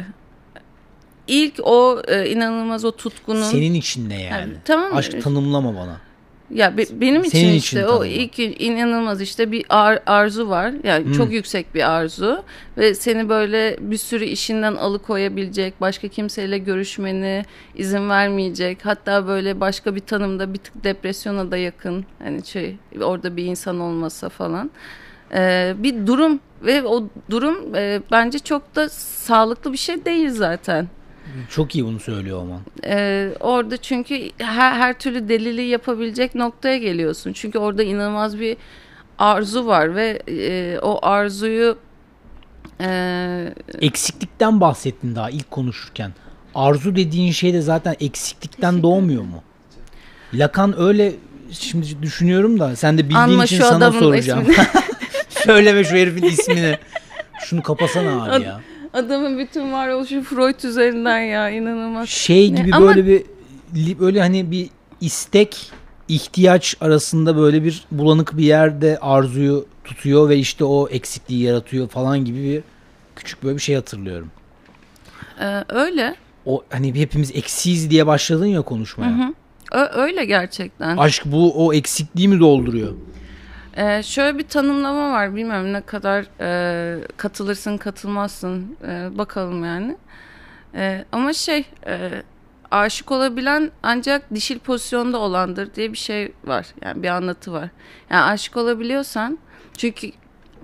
ilk o e, inanılmaz o tutkunun Senin için ne yani? Yani, tamam. Aşk tanımlama bana. ya be- benim için Senin işte için o tanımla. ilk inanılmaz işte bir ar- arzu var. Yani Hmm. çok yüksek bir arzu ve seni böyle bir sürü işinden alıkoyabilecek, başka kimseyle görüşmeni izin vermeyecek. Hatta böyle başka bir tanımda bir tık depresyona da yakın. Hani şey orada bir insan olmasa falan. Ee, bir durum ve o durum e, bence çok da sağlıklı bir şey değil zaten. Çok iyi bunu söylüyor olman. Ee, orada çünkü her, her türlü deliliği yapabilecek noktaya geliyorsun. Çünkü orada inanılmaz bir arzu var ve e, o arzuyu e, Eksiklikten bahsettin daha ilk konuşurken. Arzu dediğin şey de zaten eksiklikten doğmuyor mu? Lacan öyle, şimdi düşünüyorum da sen de bildiğin Anma için şu sana adamın soracağım. ismini. Söyleme şu herifin ismini. Şunu kapasana abi ya. adamın bütün varoluşu Freud üzerinden ya inanılmaz. Şey Ne? gibi Ama- böyle bir li- böyle hani bir istek ihtiyaç arasında böyle bir bulanık bir yerde arzuyu tutuyor ve işte o eksikliği yaratıyor falan gibi bir küçük böyle bir şey hatırlıyorum. Ee, öyle. O hani hepimiz eksiyiz diye başladın ya konuşmaya. Hı hı. Ö- öyle gerçekten. Aşk bu o eksikliği mi dolduruyor? Ee, şöyle bir tanımlama var. Bilmiyorum ne kadar e, katılırsın katılmazsın. E, bakalım yani. E, ama şey e, aşık olabilen ancak dişil pozisyonda olandır diye bir şey var. Yani bir anlatı var. Yani aşık olabiliyorsan çünkü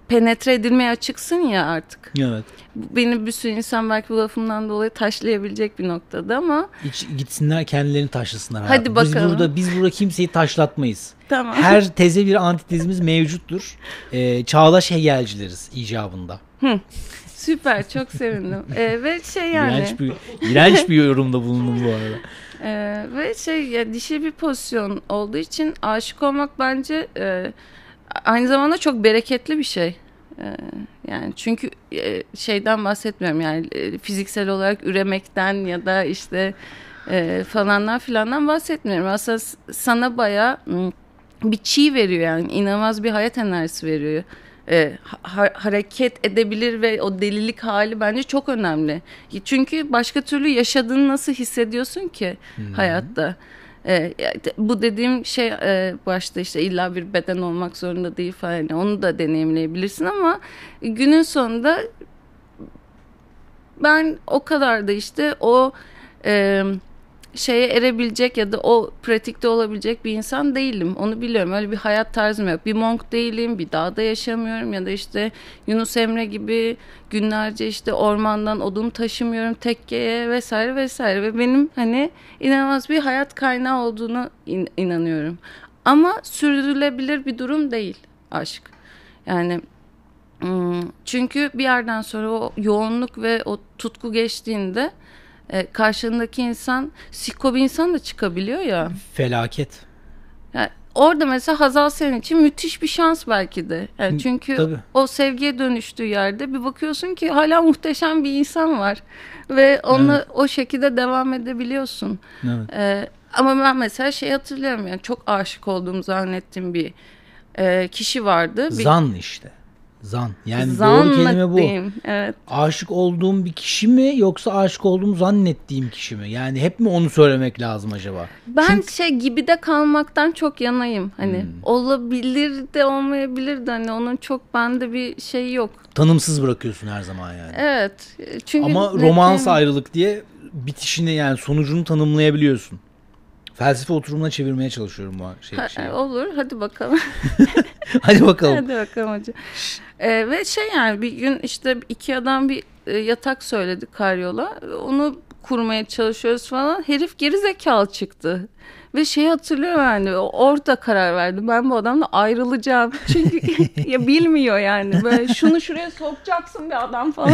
penetre edilmeye açıksın ya artık. Evet. Beni bir sürü insan belki bu lafımdan dolayı taşlayabilecek bir noktada ama Hiç gitsinler kendilerini taşlasınlar. Hadi hayatım. Biz bakalım. burada biz burada kimseyi taşlatmayız. tamam. Her teze bir antitezimiz mevcuttur. Ee, çağdaş Hegelcileriz icabında. Süper, çok sevindim. Ee, ve şey yani İğrenç bir, iğrenç bir yorumda bulundum bu arada. e, ve şey ya dişi bir pozisyon olduğu için aşık olmak bence e, aynı zamanda çok bereketli bir şey. E, yani çünkü e, şeyden bahsetmiyorum yani e, fiziksel olarak üremekten ya da işte e, falandan filandan bahsetmiyorum. Aslında s- sana bayağı m, bir çiğ veriyor yani inanılmaz bir hayat enerjisi veriyor. E, ha- hareket edebilir ve o delilik hali bence çok önemli. Çünkü başka türlü yaşadığını nasıl hissediyorsun ki hayatta? E, ya de- bu dediğim şey e, başta işte illa bir beden olmak zorunda değil falan. Yani onu da deneyimleyebilirsin ama günün sonunda ben o kadar da işte o e, şeye erebilecek ya da o pratikte olabilecek bir insan değilim. Onu biliyorum. Öyle bir hayat tarzım yok. Bir monk değilim, bir dağda yaşamıyorum ya da işte Yunus Emre gibi günlerce işte ormandan odun taşımıyorum tekkeye vesaire vesaire. Ve benim hani inanılmaz bir hayat kaynağı olduğunu in- inanıyorum. Ama sürdürülebilir bir durum değil aşk. Yani hmm, çünkü bir yerden sonra o yoğunluk ve o tutku geçtiğinde e, karşındaki insan siko bir insan da çıkabiliyor ya. Felaket. Yani orada mesela Hazal senin için müthiş bir şans belki de. Yani çünkü Tabii. o sevgiye dönüştüğü yerde bir bakıyorsun ki hala muhteşem bir insan var. Ve onunla Evet. o şekilde devam edebiliyorsun. Evet. Ee, ama ben mesela şey hatırlıyorum yani çok aşık olduğumu zannettiğim bir e, kişi vardı. Bir Zan işte. Zan. Yani doğru zanlık kelime bu. diyeyim. Evet. Aşık olduğum bir kişi mi yoksa aşık olduğumu zannettiğim kişi mi? Yani hep mi onu söylemek lazım acaba? Ben Çünkü- şey gibi de kalmaktan çok yanayım. Hani Hmm. olabilir de olmayabilir de hani onun çok bende bir şey yok. Tanımsız bırakıyorsun her zaman yani. Evet. Çünkü Ama ne- romans ne- ayrılık diye bitişini yani sonucunu tanımlayabiliyorsun. Felsefe oturumuna çevirmeye çalışıyorum bu şey, Ha, şeyi. olur. Hadi bakalım. Hadi bakalım. Hadi bakalım hocam. Ee, ve şey yani bir gün işte iki adam bir e, yatak söyledi karyola. Onu kurmaya çalışıyoruz falan. Herif geri zekalı çıktı. Ve şeyi hatırlıyorum yani orada karar verdim. Ben bu adamla ayrılacağım. Çünkü ya bilmiyor yani. Böyle şunu şuraya sokacaksın bir adam falan.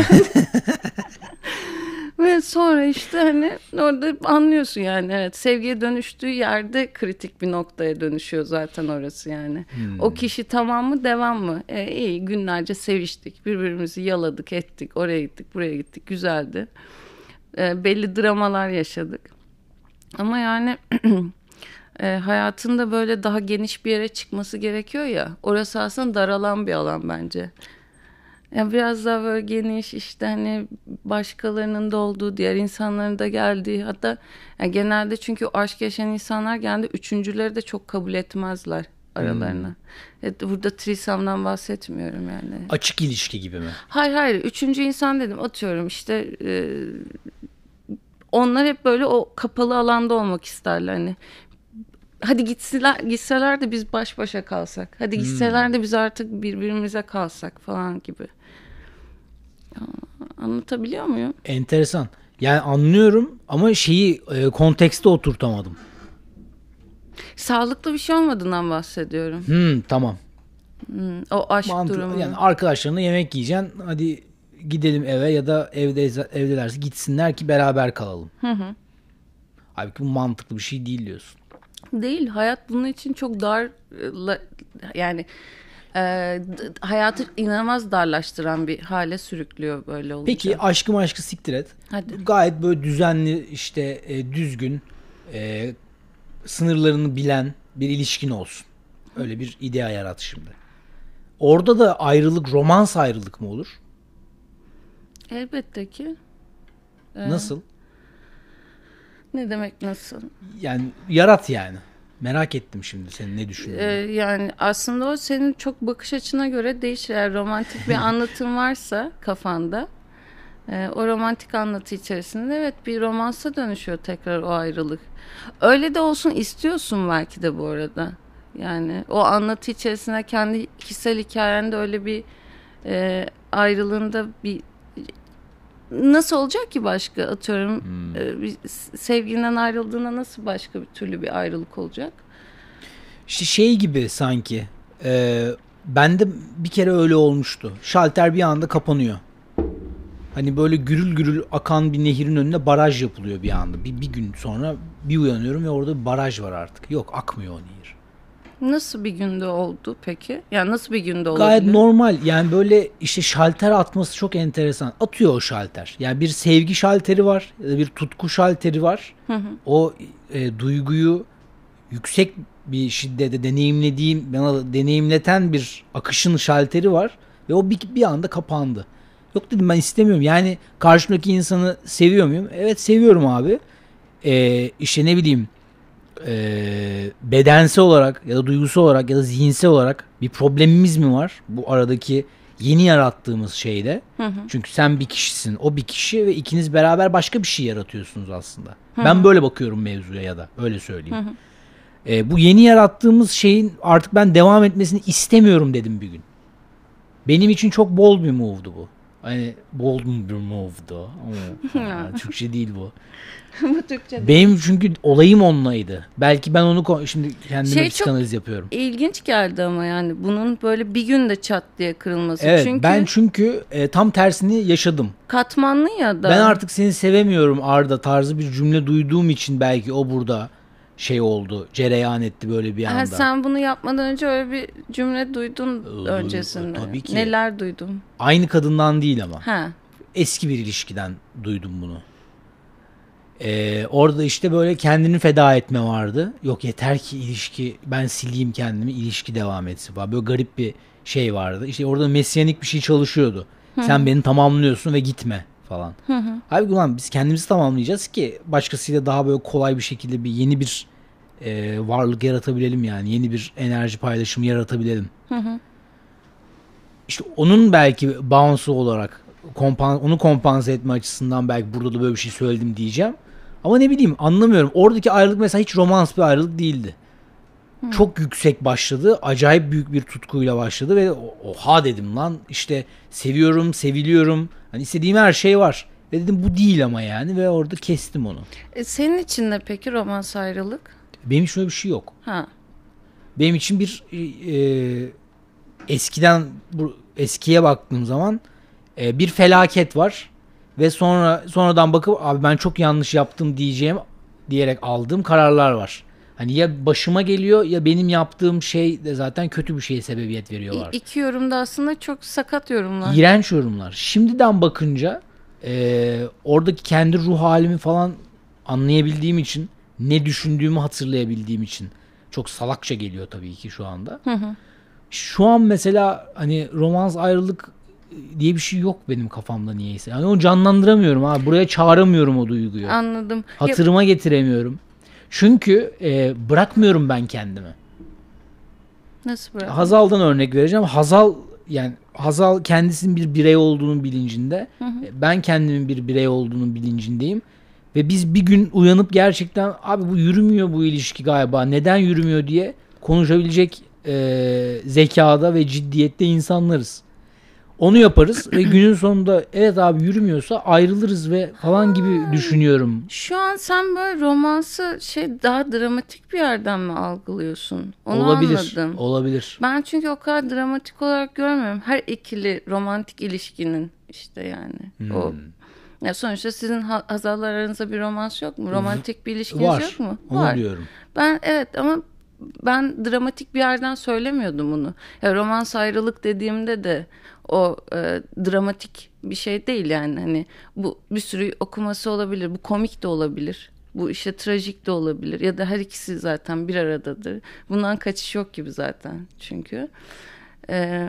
Ve sonra işte hani orada anlıyorsun yani evet sevgiye dönüştüğü yerde kritik bir noktaya dönüşüyor zaten orası yani. Hmm. O kişi tamam mı devam mı? E, iyi günlerce seviştik birbirimizi yaladık ettik oraya gittik buraya gittik güzeldi. E, belli dramalar yaşadık. Ama yani e, hayatında böyle daha geniş bir yere çıkması gerekiyor ya orası aslında daralan bir alan bence. Ya biraz daha böyle geniş işte hani başkalarının da olduğu diğer insanların da geldiği hatta yani genelde çünkü aşk yaşayan insanlar genelde üçüncüleri de çok kabul etmezler aralarına. Hmm. Evet, burada trisamdan bahsetmiyorum yani. Açık ilişki gibi mi? Hayır hayır üçüncü insan dedim atıyorum işte e, onlar hep böyle o kapalı alanda olmak isterler hani. Hadi gitseler, gitseler de biz baş başa kalsak. Hadi gitseler de biz artık birbirimize kalsak falan gibi. Anlatabiliyor muyum? Enteresan. Yani anlıyorum ama şeyi e, kontekste oturtamadım. Sağlıklı bir şey olmadığından bahsediyorum. Hmm, tamam. Hmm, o aşk Mantıklı. durumu. Yani arkadaşlarına yemek yiyeceksin. Hadi gidelim eve ya da evde evdelerse gitsinler ki beraber kalalım. Hı hı. Halbuki bu mantıklı bir şey değil diyorsun. Değil. Hayat bunun için çok dar yani e, hayatı inanılmaz darlaştıran bir hale sürüklüyor böyle olunca. Peki aşkı aşkı siktir et. Hadi. Gayet böyle düzenli işte e, düzgün e, sınırlarını bilen bir ilişkin olsun. Öyle bir idea yarat şimdi. Orada da ayrılık romans ayrılık mı olur? Elbette ki. Ee, Nasıl? Ne demek nasıl? Yani yarat yani. Merak ettim şimdi senin ne düşündüğünü. Ee, yani aslında o senin çok bakış açına göre değişir. Eğer romantik bir anlatım varsa kafanda e, o romantik anlatı içerisinde evet bir romansa dönüşüyor tekrar o ayrılık. Öyle de olsun istiyorsun belki de bu arada. Yani o anlatı içerisinde kendi kişisel hikayende öyle bir e, ayrılığında bir nasıl olacak ki başka atıyorum Hmm. e, bir sevgilinden ayrıldığında nasıl başka bir türlü bir ayrılık olacak? İşte şey gibi sanki. E, bende bir kere öyle olmuştu. Şalter bir anda kapanıyor. Hani böyle gürül gürül akan bir nehrin önüne baraj yapılıyor bir anda. Bir, bir gün sonra bir uyanıyorum ve orada bir baraj var artık. Yok, akmıyor o nehir. Nasıl bir günde oldu peki? Yani nasıl bir günde olabilir? Gayet normal. Yani böyle işte şalter atması çok enteresan. Atıyor o şalter. Yani bir sevgi şalteri var ya da bir tutku şalteri var. Hı hı. O e, duyguyu yüksek bir şiddete deneyimlediğim, bana deneyimleten bir akışın şalteri var ve o bir, bir anda kapandı. Yok dedim, ben istemiyorum. Yani karşımdaki insanı seviyor muyum? Evet, seviyorum abi. Ee, işte ne bileyim e, bedensel olarak ya da duygusal olarak ya da zihinsel olarak bir problemimiz mi var bu aradaki yeni yarattığımız şeyde? Hı hı. Çünkü sen bir kişisin, o bir kişi ve ikiniz beraber başka bir şey yaratıyorsunuz aslında. Ben böyle bakıyorum mevzuya, ya da öyle söyleyeyim. Hı hı. Ee, bu yeni yarattığımız şeyin artık ben devam etmesini istemiyorum dedim bir gün. Benim için çok bold bir move'du bu. Hani bold bir move'du. Ama yani Türkçe değil bu. Bu Türkçe. Benim çünkü olayım onunlaydı. Belki ben onu ko- şimdi kendime Şey bir psikanaliz yapıyorum. İlginç geldi ama yani bunun böyle bir günde çat diye kırılması. Evet, çünkü ben çünkü e, tam tersini yaşadım. katmanlı ya da. Ben artık seni sevemiyorum Arda tarzı bir cümle duyduğum için belki o burada şey oldu, cereyan etti böyle bir anda. Ha, sen bunu yapmadan önce öyle bir cümle duydun Ee, öncesinde. tabii ki. Neler duydun? Aynı kadından değil ama. Ha. Eski bir ilişkiden duydum bunu. Ee, orada işte böyle kendini feda etme vardı. Yok, yeter ki ilişki, ben sileyim kendimi, ilişki devam etsin falan. Böyle garip bir şey vardı. İşte orada mesyanik bir şey çalışıyordu. Sen beni tamamlıyorsun ve gitme falan. Halbuki ulan biz kendimizi tamamlayacağız ki başkasıyla daha böyle kolay bir şekilde bir yeni bir e, varlık yaratabilelim yani. Yeni bir enerji paylaşımı yaratabilelim. İşte onun belki bounce'u olarak kompan- onu kompanse etme açısından belki burada da böyle bir şey söyledim diyeceğim. Ama ne bileyim, anlamıyorum. Oradaki ayrılık mesela hiç romans bir ayrılık değildi. Hı. Çok yüksek başladı. Acayip büyük bir tutkuyla başladı ve oha dedim lan, işte seviyorum, seviliyorum. Hani istediğim her şey var. Ve dedim bu değil ama yani, ve orada kestim onu. E, senin için ne peki romans ayrılık? Benim için öyle bir şey yok. Ha. Benim için bir e, eskiden bu eskiye baktığım zaman e, bir felaket var ve sonra sonradan bakıp abi ben çok yanlış yaptım diyeceğim diyerek aldığım kararlar var. Hani ya başıma geliyor ya benim yaptığım şey de zaten kötü bir şeye sebebiyet veriyorlar. İ- iki yorumda aslında çok sakat yorumlar. İğrenç yorumlar. Şimdiden bakınca e, oradaki kendi ruh halimi falan anlayabildiğim için, ne düşündüğümü hatırlayabildiğim için çok salakça geliyor tabii ki şu anda. Hı hı. Şu an mesela hani romans ayrılık diye bir şey yok benim kafamda niyeyse. Yani onu canlandıramıyorum abi. Buraya çağıramıyorum o duyguyu. Anladım. Hatırıma ya... getiremiyorum. Çünkü e, bırakmıyorum ben kendimi. Nasıl bırak? Hazal'dan örnek vereceğim. Hazal yani Hazal kendisinin bir birey olduğunun bilincinde. Hı hı. Ben kendimin bir birey olduğunun bilincindeyim. Ve biz bir gün uyanıp gerçekten abi bu yürümüyor bu ilişki galiba. Neden yürümüyor diye konuşabilecek e, zekada ve ciddiyette insanlarız. Onu yaparız ve günün sonunda evet abi yürümüyorsa ayrılırız ve falan gibi düşünüyorum. Şu an sen böyle romansı şey daha dramatik bir yerden mi algılıyorsun? Onu olabilir, anladım. Olabilir. Ben çünkü o kadar dramatik olarak görmüyorum. Her ikili romantik ilişkinin işte yani hmm. o. Ya sonuçta sizin Hazal'la aranızda bir romans yok mu? Romantik bir ilişkiniz var, yok mu? Var. Onu diyorum. Ben evet ama ben dramatik bir yerden söylemiyordum bunu. Ya romans ayrılık dediğimde de o e, dramatik bir şey değil yani. Hani bu bir sürü okuması olabilir. Bu komik de olabilir. Bu işte trajik de olabilir. Ya da her ikisi zaten bir aradadır. Bundan kaçış yok gibi zaten çünkü. E,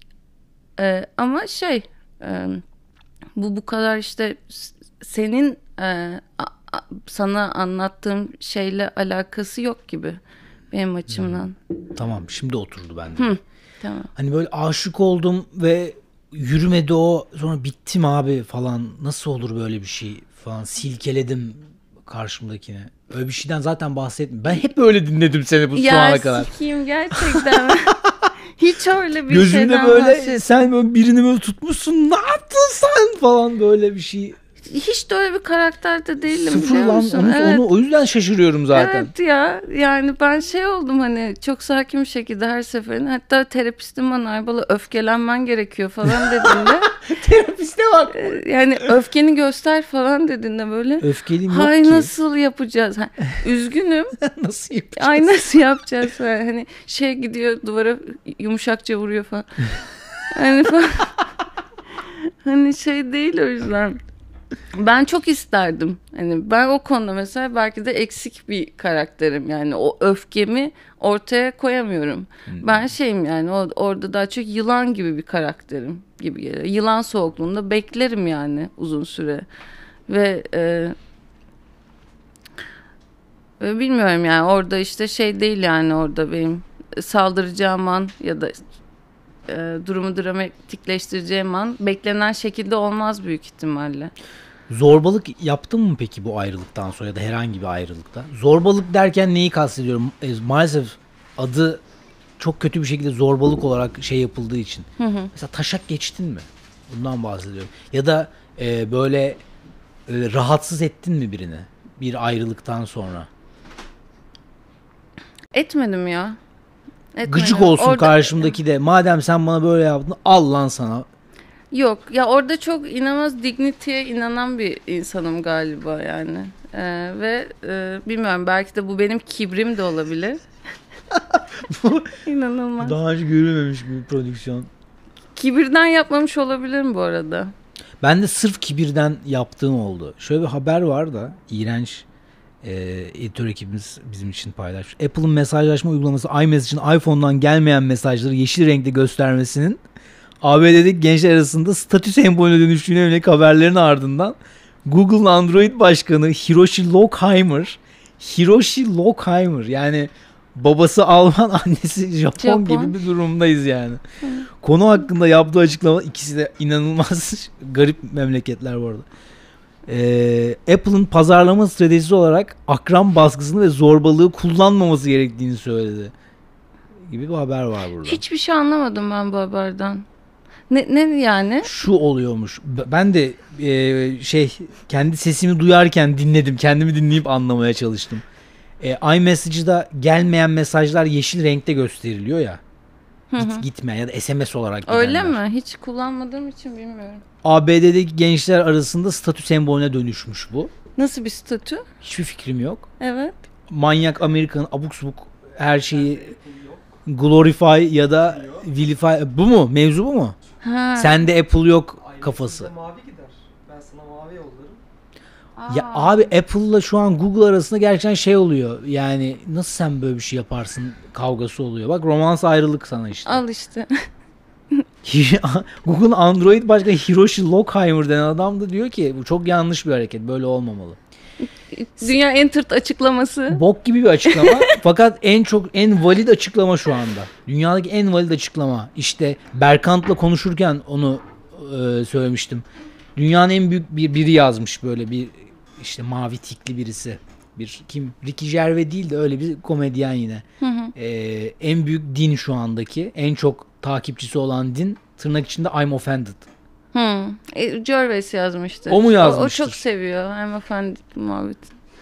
e, ama şey e, bu bu kadar işte senin e, a, a, sana anlattığım şeyle alakası yok gibi benim açımdan. Hmm. Tamam, şimdi oturdu bende. Hı, tamam. Hani böyle aşık oldum ve yürümedi o, sonra bittim abi falan, nasıl olur böyle bir şey falan, silkeledim karşımdakine. Öyle bir şeyden zaten bahsetmiyorum. Ben hep öyle dinledim seni bu ya, şu ana kadar. Ya sikiyim gerçekten. Hiç öyle bir Gözünde şeyden böyle bahset- sen böyle birini böyle tutmuşsun, ne yaptın sen falan, böyle bir şey. Hiç de öyle bir karakterde değilim, Sıfır biliyor lan, musun? onu, Evet. onu o yüzden şaşırıyorum zaten. Evet ya, yani ben şey oldum hani çok sakin bir şekilde her seferinde, hatta terapistim bana Aybalı öfkelenmen gerekiyor falan dediğinde Terapiste bak. e, yani öfkeni göster falan dediğinde böyle Öfkeliyim yok hay ki. nasıl yapacağız? Ha, üzgünüm. Nasıl yapacağız? Ay nasıl yapacağız falan. Hani şey gidiyor duvara yumuşakça vuruyor falan. Hani falan. Hani şey değil o yüzden. Ben çok isterdim. Hani ben o konuda mesela belki de eksik bir karakterim. Yani o öfkemi ortaya koyamıyorum. Hmm. Ben şeyim yani o, orada daha çok yılan gibi bir karakterim gibi geliyor. Yılan soğukluğunda beklerim yani uzun süre. Ve e, ve bilmiyorum yani orada işte şey değil yani orada benim saldıracağım an ya da e, durumu dramatikleştireceğim an beklenen şekilde olmaz büyük ihtimalle. Zorbalık yaptın mı peki bu ayrılıktan sonra ya da herhangi bir ayrılıkta? Zorbalık derken neyi kastediyorum? E, maalesef adı çok kötü bir şekilde zorbalık olarak şey yapıldığı için. Hı hı. Mesela taşak geçtin mi? Bundan bahsediyorum. Ya da e, böyle e, rahatsız ettin mi birini bir ayrılıktan sonra? Etmedim ya. Etmedim. Gıcık olsun Orada- karşımdaki de. Madem sen bana böyle yaptın, al lan sana. Yok ya, orada çok inanılmaz dignity'ye inanan bir insanım galiba yani. Ee, ve e, bilmiyorum, belki de bu benim kibrim de olabilir. İnanılmaz. Daha önce görülmemiş bir prodüksiyon. Kibirden yapmamış olabilirim bu arada. Ben de sırf kibirden yaptığım oldu. Şöyle bir haber var da iğrenç, e, editör ekibimiz bizim için paylaşmış. Apple'ın mesajlaşma uygulaması iMessage'in iPhone'dan gelmeyen mesajları yeşil renkte göstermesinin A B D'deki gençler arasında statü sembolüne dönüştüğüne yönelik haberlerin ardından Google'ın Android başkanı Hiroshi Lockheimer, Hiroshi Lockheimer yani babası Alman, annesi Japon, Japon. gibi bir durumdayız yani. Konu hakkında yaptığı açıklama, ikisi de inanılmaz garip memleketler bu arada. Ee, Apple'ın pazarlama stratejisi olarak akran baskısını ve zorbalığı kullanmaması gerektiğini söyledi. Gibi bir haber var burada. Hiçbir şey anlamadım ben bu haberden. Ne, ne yani? Şu oluyormuş. Ben de e, şey kendi sesimi duyarken dinledim. Kendimi dinleyip anlamaya çalıştım. E, iMessage'da gelmeyen mesajlar yeşil renkte gösteriliyor ya. Git, gitmeyen ya da S M S olarak gidenler. Öyle mi? Hiç kullanmadığım için bilmiyorum. A B D'deki gençler arasında statü sembolüne dönüşmüş bu. Nasıl bir statü? Hiçbir fikrim yok. Evet. Manyak Amerika'nın abuk subuk her şeyi glorify ya da vilify. Bu mu? Mevzu bu mu? Ha. Sende Apple yok kafası. iMessage'de mavi gider. Ben sana mavi yollarım. Ya Aa. abi Apple'la şu an Google arasında gerçekten şey oluyor. Yani nasıl sen böyle bir şey yaparsın kavgası oluyor. Bak romans ayrılık sana işte. Al işte. Google'ın Android başkanı Hiroshi Lockheimer denen adam da diyor ki bu çok yanlış bir hareket. Böyle olmamalı. Dünya en tırt açıklaması. Bok gibi bir açıklama. Fakat en çok en valid açıklama şu anda. Dünyadaki en valid açıklama. İşte Berkant'la konuşurken onu e, söylemiştim. Dünyanın en büyük bir biri yazmış, böyle bir işte mavi tikli birisi. Bir kim? Ricky Gervais değil de öyle bir komedyen yine. Hı hı. E, en büyük din şu andaki, en çok takipçisi olan din tırnak içinde I'm offended. Hı. E, Gervais yazmıştır. O mu yazmıştır? O, o çok seviyor. I'm offended muhabbet.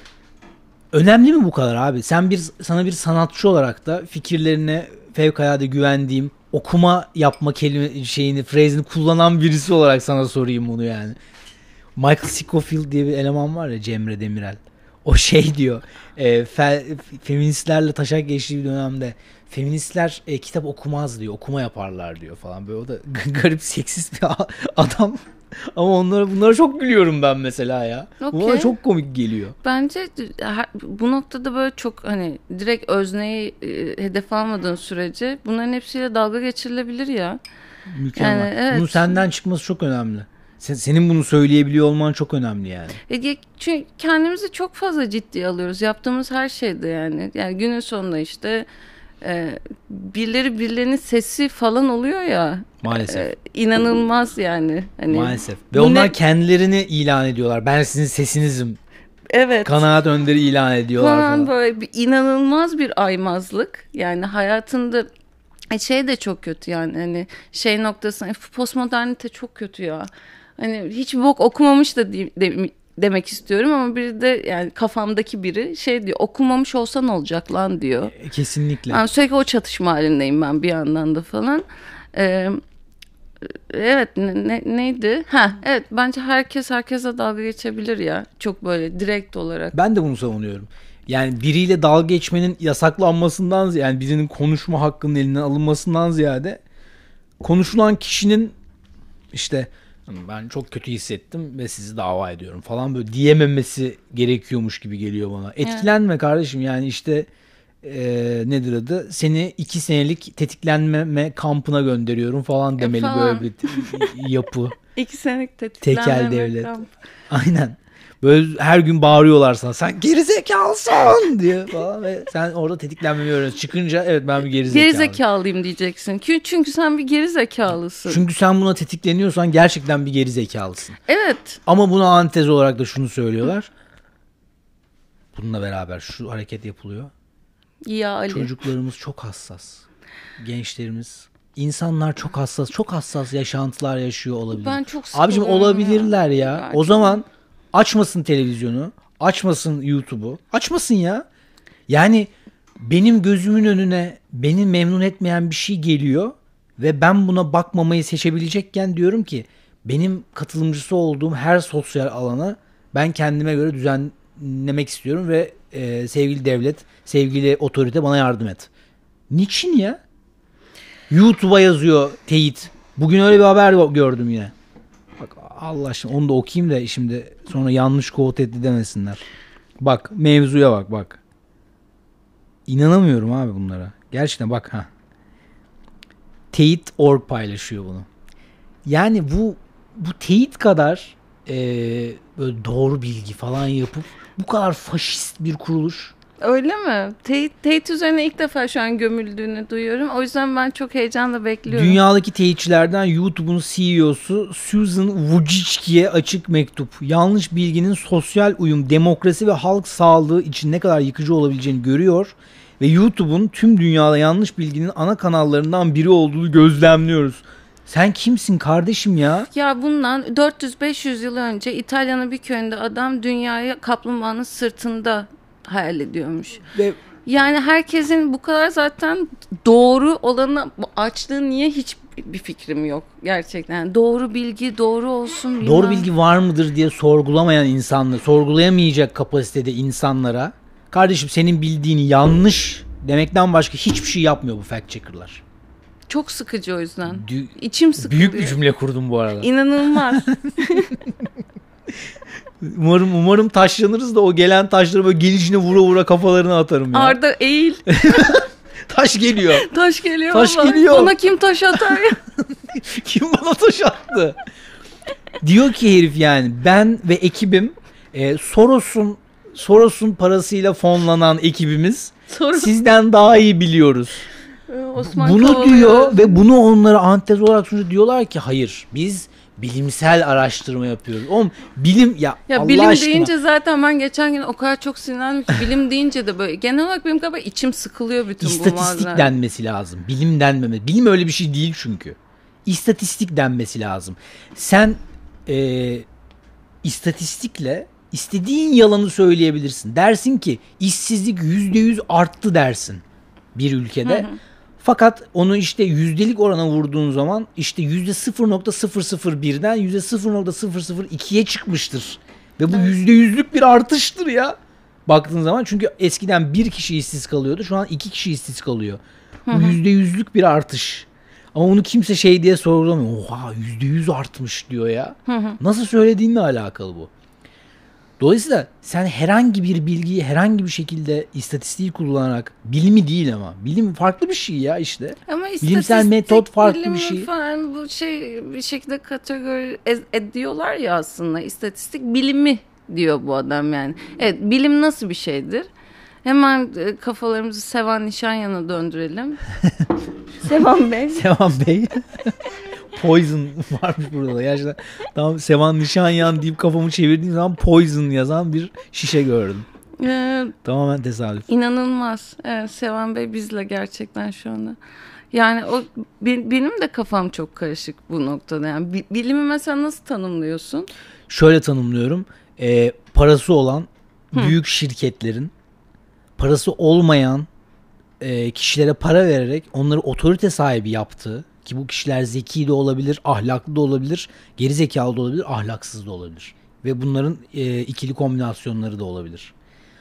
Önemli mi bu kadar abi? Sen bir sana bir sanatçı olarak da fikirlerine fevkalade güvendiğim, okuma yapma kelime şeyini, phrasini kullanan birisi olarak sana sorayım bunu yani. Michael Scofield diye bir eleman var ya, Cemre Demirel. O şey diyor. E, fe, feministlerle taşak geçtiği bir dönemde feministler e, kitap okumaz diyor. Okuma yaparlar diyor falan. Böyle o da garip seksist bir adam. Ama onlara bunlara çok gülüyorum ben mesela ya. Okey. Bana çok komik geliyor. Bence her- bu noktada böyle çok hani direkt özneyi e, hedef almadığın sürece bunların hepsiyle dalga geçirilebilir ya. Mükemmel. Yani evet. Bunun senden çıkması çok önemli. Sen, senin bunu söyleyebiliyor olman çok önemli yani. E, çünkü kendimizi çok fazla ciddiye alıyoruz. Yaptığımız her şeyde yani. Yani günün sonunda işte e, birileri birilerinin sesi falan oluyor ya. Maalesef. E, inanılmaz yani. Hani, Maalesef. Ve bu onlar ne- kendilerini ilan ediyorlar. Ben sizin sesinizim. Evet. Kanaat önderi ilan ediyorlar Falan falan. böyle bir inanılmaz bir aymazlık. Yani hayatında E şey de çok kötü yani hani şey noktasında postmodernite çok kötü ya. Hani hiç bok okumamış da de, de, demek istiyorum ama biri de yani kafamdaki biri şey diyor, okumamış olsa ne olacak lan diyor. E, kesinlikle. Yani sürekli o çatışma halindeyim ben bir yandan da falan. Ee, evet ne, ne, neydi? Ha evet bence herkes herkese dalga geçebilir ya. Çok böyle direkt olarak. Ben de bunu savunuyorum. Yani biriyle dalga geçmenin yasaklanmasından, yani birinin konuşma hakkının elinden alınmasından ziyade konuşulan kişinin işte ben çok kötü hissettim ve sizi dava ediyorum falan böyle diyememesi gerekiyormuş gibi geliyor bana. Etkilenme evet. Kardeşim, yani işte e, nedir adı? Seni iki senelik tetiklenmeme kampına gönderiyorum falan demeli e falan. Böyle bir yapı. İki senelik tetiklenmeme tekel devlet. Kamp. Aynen. Böyle her gün bağırıyorlar sana. Sen gerizekalısın diye falan ve sen orada tetiklenmeyi öğreniyorsun. Çıkınca evet ben bir gerizekalıyım. Gerizekalıyım diyeceksin. Çünkü sen bir gerizekalısın. Çünkü sen buna tetikleniyorsan gerçekten bir gerizekalısın. Evet. Ama buna antez olarak da şunu söylüyorlar. Bununla beraber şu hareket yapılıyor. Ya Ali. Çocuklarımız çok hassas. Gençlerimiz, insanlar çok hassas. Çok hassas yaşantılar yaşıyor olabilir. Ben çok sıkılıyorum. Abicim olabilirler ya. ya. O zaman çok... açmasın televizyonu, açmasın YouTube'u, açmasın ya. Yani benim gözümün önüne beni memnun etmeyen bir şey geliyor ve ben buna bakmamayı seçebilecekken diyorum ki benim katılımcısı olduğum her sosyal alana ben kendime göre düzenlemek istiyorum ve e, sevgili devlet, sevgili otorite bana yardım et. Niçin ya? YouTube'a yazıyor teyit. Bugün öyle bir haber gördüm yine. Bak Allah aşkına onu da okuyayım da şimdi sonra yanlış quote etti demesinler. Bak mevzuya bak bak. İnanamıyorum abi bunlara. Gerçekten bak ha. Teyit nokta org paylaşıyor bunu. Yani bu bu teyit kadar e, böyle doğru bilgi falan yapıp bu kadar faşist bir kuruluş. Öyle mi? Teyit, teyit üzerine ilk defa şu an gömüldüğünü duyuyorum. O yüzden ben çok heyecanla bekliyorum. Dünyadaki teyitçilerden YouTube'un C E O'su Susan Wojcicki'ye açık mektup. Yanlış bilginin sosyal uyum, demokrasi ve halk sağlığı için ne kadar yıkıcı olabileceğini görüyor ve YouTube'un tüm dünyada yanlış bilginin ana kanallarından biri olduğunu gözlemliyoruz. Sen kimsin kardeşim ya? Ya bundan dört yüz beş yüz yıl önce İtalya'nın bir köyünde adam dünyayı kaplumbağanın sırtında hayal ediyormuş. Ve yani herkesin bu kadar zaten doğru olanı, açlığı niye hiç bir fikrim yok gerçekten. Yani doğru bilgi doğru olsun. Bilmem. Doğru bilgi var mıdır diye sorgulamayan insanlar, sorgulayamayacak kapasitede insanlara kardeşim senin bildiğini yanlış demekten başka hiçbir şey yapmıyor bu fact checker'lar. Çok sıkıcı o yüzden. Dü- İçim sıkılıyor. Büyük bir cümle kurdum bu arada. İnanılmaz. Umarım umarım taşlanırız da o gelen taşları böyle gelişine vura vura kafalarına atarım ya. Arda eğil. Taş geliyor. Taş geliyor. Taş ama. geliyor. Bana kim taş atar ya? Kim bana taş attı? Diyor ki herif yani ben ve ekibim e, Soros'un Soros'un parasıyla fonlanan ekibimiz Soros. Sizden daha iyi biliyoruz. Osman bunu Kavalıyor. Diyor ve bunu onlara antez olarak sunuyor. Diyorlar ki hayır biz bilimsel araştırma yapıyoruz. Oğlum bilim ya, ya Allah bilim aşkına. deyince zaten ben geçen gün o kadar çok sinirlendim ki bilim deyince de böyle genel olarak benim galiba içim sıkılıyor bütün bu mağazalar. İstatistik denmesi lazım. Bilim denmemesi. Bilim öyle bir şey değil çünkü. İstatistik denmesi lazım. Sen e, istatistikle istediğin yalanı söyleyebilirsin. Dersin ki işsizlik yüzde yüz arttı dersin bir ülkede. Hı hı. Fakat onu işte yüzdelik orana vurduğun zaman işte yüzde sıfır nokta sıfır sıfır birden yüzde sıfır nokta sıfır sıfır ikiye çıkmıştır. Ve bu yüzde yüzlük bir artıştır ya. Baktığın zaman çünkü eskiden bir kişi işsiz kalıyordu. Şu an iki kişi işsiz kalıyor. Bu yüzde yüzlük bir artış. Ama onu kimse şey diye sorgulamıyor. Oha yüzde yüz artmış diyor ya. Hı hı. Nasıl söylediğinle alakalı bu. Dolayısıyla sen herhangi bir bilgiyi herhangi bir şekilde istatistiği kullanarak bilimi değil ama bilim farklı bir şey ya işte. Ama bilimsel metot farklı bir şey. Falan bu şey bir şekilde kategori ediyorlar ya aslında istatistik bilimi diyor bu adam yani. Evet bilim nasıl bir şeydir? Hemen kafalarımızı Sevan Nişanyan'a döndürelim. Sevan Bey. Sevan Bey. Poison varmış burada da. Gerçekten tam Sevan Nişanyan deyip kafamı çevirdiğim zaman Poison yazan bir şişe gördüm. Ee, Tamamen tesadüf. İnanılmaz. Evet, Sevan Bey bizle gerçekten şu anda. Yani o be- benim de kafam çok karışık bu noktada. Yani bi- bilimi mesela nasıl tanımlıyorsun? Şöyle tanımlıyorum. Ee, parası olan büyük şirketlerin parası olmayan e, kişilere para vererek onları otorite sahibi yaptığı, ki bu kişiler zeki de olabilir, ahlaklı da olabilir, geri zekalı da olabilir, ahlaksız da olabilir. Ve bunların e, ikili kombinasyonları da olabilir.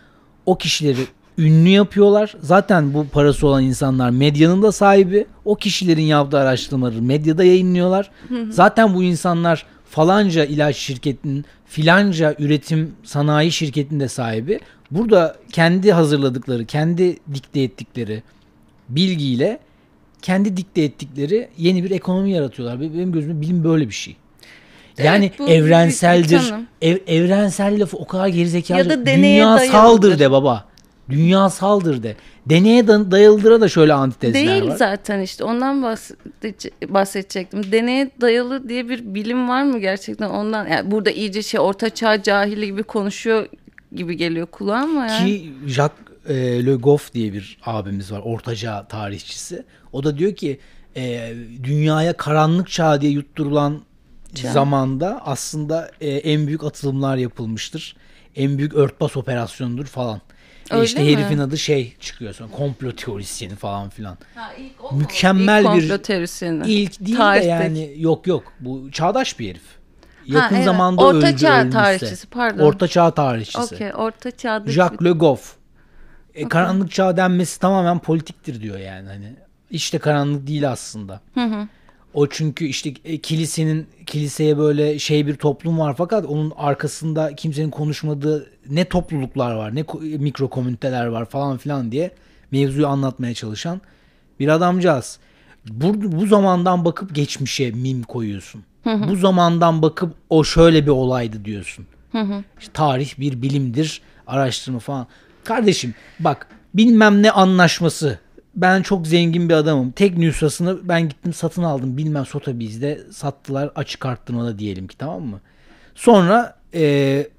O kişileri ünlü yapıyorlar. Zaten bu parası olan insanlar medyanın da sahibi. O kişilerin yaptığı araştırmaları medyada yayınlıyorlar. Zaten bu insanlar falanca ilaç şirketinin, filanca üretim sanayi şirketinin de sahibi. Burada kendi hazırladıkları, kendi dikte ettikleri bilgiyle kendi dikte ettikleri yeni bir ekonomi yaratıyorlar. Benim gözümde bilim böyle bir şey. Yani Evet, bu evrenseldir. bir tanım. Ev, evrensel lafı o kadar gerizekalı. Ya da deneye Dünyasaldır dayalıdır. de baba. Dünyasaldır de. Deneye da- dayalıdıra da şöyle antitezler Değil var. zaten işte ondan bahsedece- bahsedecektim. Deneye dayalı diye bir bilim var mı gerçekten ondan? Yani burada iyice şey orta çağ cahili gibi konuşuyor gibi geliyor kulağa ama yani. Ki Jacques e, Le Goff diye bir abimiz var. Ortaçağ tarihçisi. O da diyor ki e, dünyaya karanlık çağ diye yutturulan Çağ. zamanda aslında e, en büyük atılımlar yapılmıştır. En büyük örtbas operasyonudur falan. Ve Öyle işte mi? herifin adı şey çıkıyor sonra, komplo teorisyeni falan filan. Ha, ilk o mu? Mükemmel İlk bir komplo teorisyeni. ilk değil Tarihteki. de yani yok yok bu çağdaş bir herif. Ha, Yakın evet. zamanda Orta öldü çağ ölmüşse. tarihçisi, pardon. Orta çağ tarihçisi. Okey, orta çağda. Jacques Le Goff. E, karanlık çağ denmesi tamamen politiktir diyor yani hani. Hiç de karanlık değil aslında. Hı hı. O çünkü işte e, kilisenin kiliseye böyle şey bir toplum var fakat onun arkasında kimsenin konuşmadığı ne topluluklar var, ne ko- mikro komüniteler var falan filan diye mevzuyu anlatmaya çalışan bir adamcağız. Bu, bu zamandan bakıp geçmişe mim koyuyorsun. Bu zamandan bakıp o şöyle bir olaydı diyorsun. İşte tarih bir bilimdir, araştırma falan. Kardeşim bak, bilmem ne anlaşması. Ben çok zengin bir adamım. Tek nüshasını ben gittim satın aldım. Bilmem Sotheby's'de sattılar, açık arttırmada diyelim ki, tamam mı? Sonra e,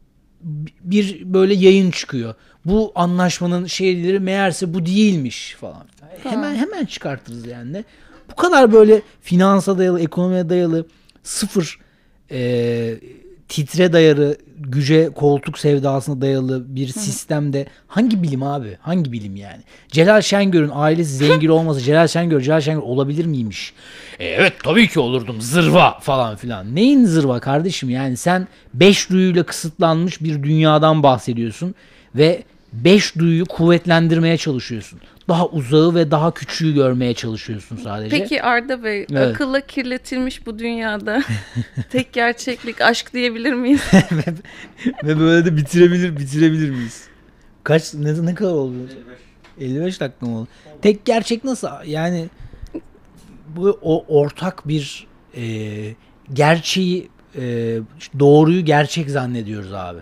bir böyle yayın çıkıyor. Bu anlaşmanın şeyleri meğerse bu değilmiş falan. Hemen hemen çıkartırız yani. Bu kadar böyle finansa dayalı, ekonomiye dayalı, sıfır e, titre dayalı, güce, koltuk sevdasına dayalı bir sistemde hangi bilim abi? Hangi bilim yani? Celal Şengör'ün ailesi zengin olmasa Celal Şengör, Celal Şengör olabilir miymiş? E, evet tabii ki olurdum. Zırva falan filan. Neyin zırva kardeşim? Yani sen beş duyuyla kısıtlanmış bir dünyadan bahsediyorsun ve beş duyuyu kuvvetlendirmeye çalışıyorsun. Daha uzağı ve daha küçüğü görmeye çalışıyorsun sadece. Peki Arda Bey, Evet. akılla kirletilmiş bu dünyada tek gerçeklik aşk diyebilir miyiz? Ve böyle de bitirebilir bitirebilir miyiz? Kaç ne, ne kadar oldu? elli beş. elli beş dakika mı oldu? Tek gerçek nasıl? Yani bu o ortak bir e, gerçeği, e, doğruyu gerçek zannediyoruz abi.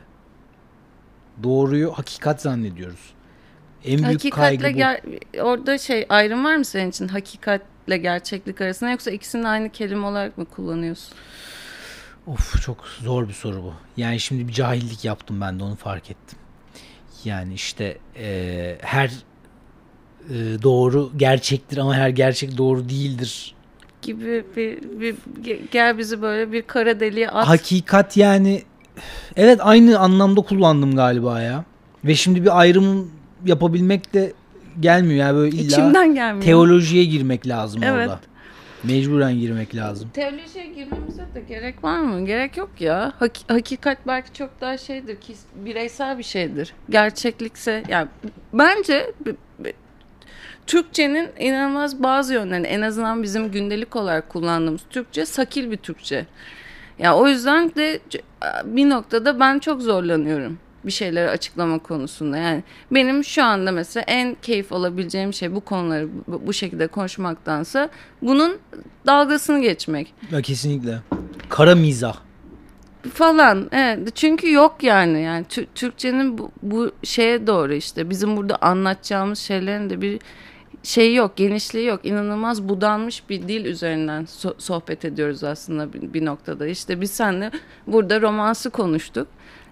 Doğruyu hakikat zannediyoruz. En büyük kaygı Hakikatle bu. ger- orada şey ayrım var mı senin için hakikatle gerçeklik arasında, yoksa ikisini aynı kelime olarak mı kullanıyorsun? Of, çok zor bir soru bu. Yani şimdi bir cahillik yaptım, ben de onu fark ettim. Yani işte e, her e, doğru gerçektir ama her gerçek doğru değildir. Gibi bir, bir ge- gel bizi böyle bir kara deliğe at. Hakikat yani, evet, aynı anlamda kullandım galiba ya. Ve şimdi bir ayrım yapabilmek de gelmiyor. Yani böyle illa İçimden gelmiyor. teolojiye girmek lazım Evet. orada. Mecburen girmek lazım. Teolojiye girmemize de gerek var mı? Gerek yok ya. Hak- hakikat belki çok daha şeydir ki bireysel bir şeydir. Gerçeklikse yani bence b- b- Türkçenin inanılmaz bazı yönlerini, en azından bizim gündelik olarak kullandığımız Türkçe sakil bir Türkçe. Ya o yüzden de c- bir noktada ben çok zorlanıyorum bir şeyleri açıklama konusunda. Yani benim şu anda mesela en keyif alabileceğim şey bu konuları bu, bu şekilde konuşmaktansa bunun dalgasını geçmek Ya kesinlikle. Kara mizah. falan. Evet. Çünkü yok yani. Yani Tü- Türkçenin bu, bu şeye doğru işte bizim burada anlatacağımız şeylerin de bir şey yok, genişliği yok. İnanılmaz budanmış bir dil üzerinden so- sohbet ediyoruz aslında bir, bir noktada. İşte biz seninle burada romansı konuştuk.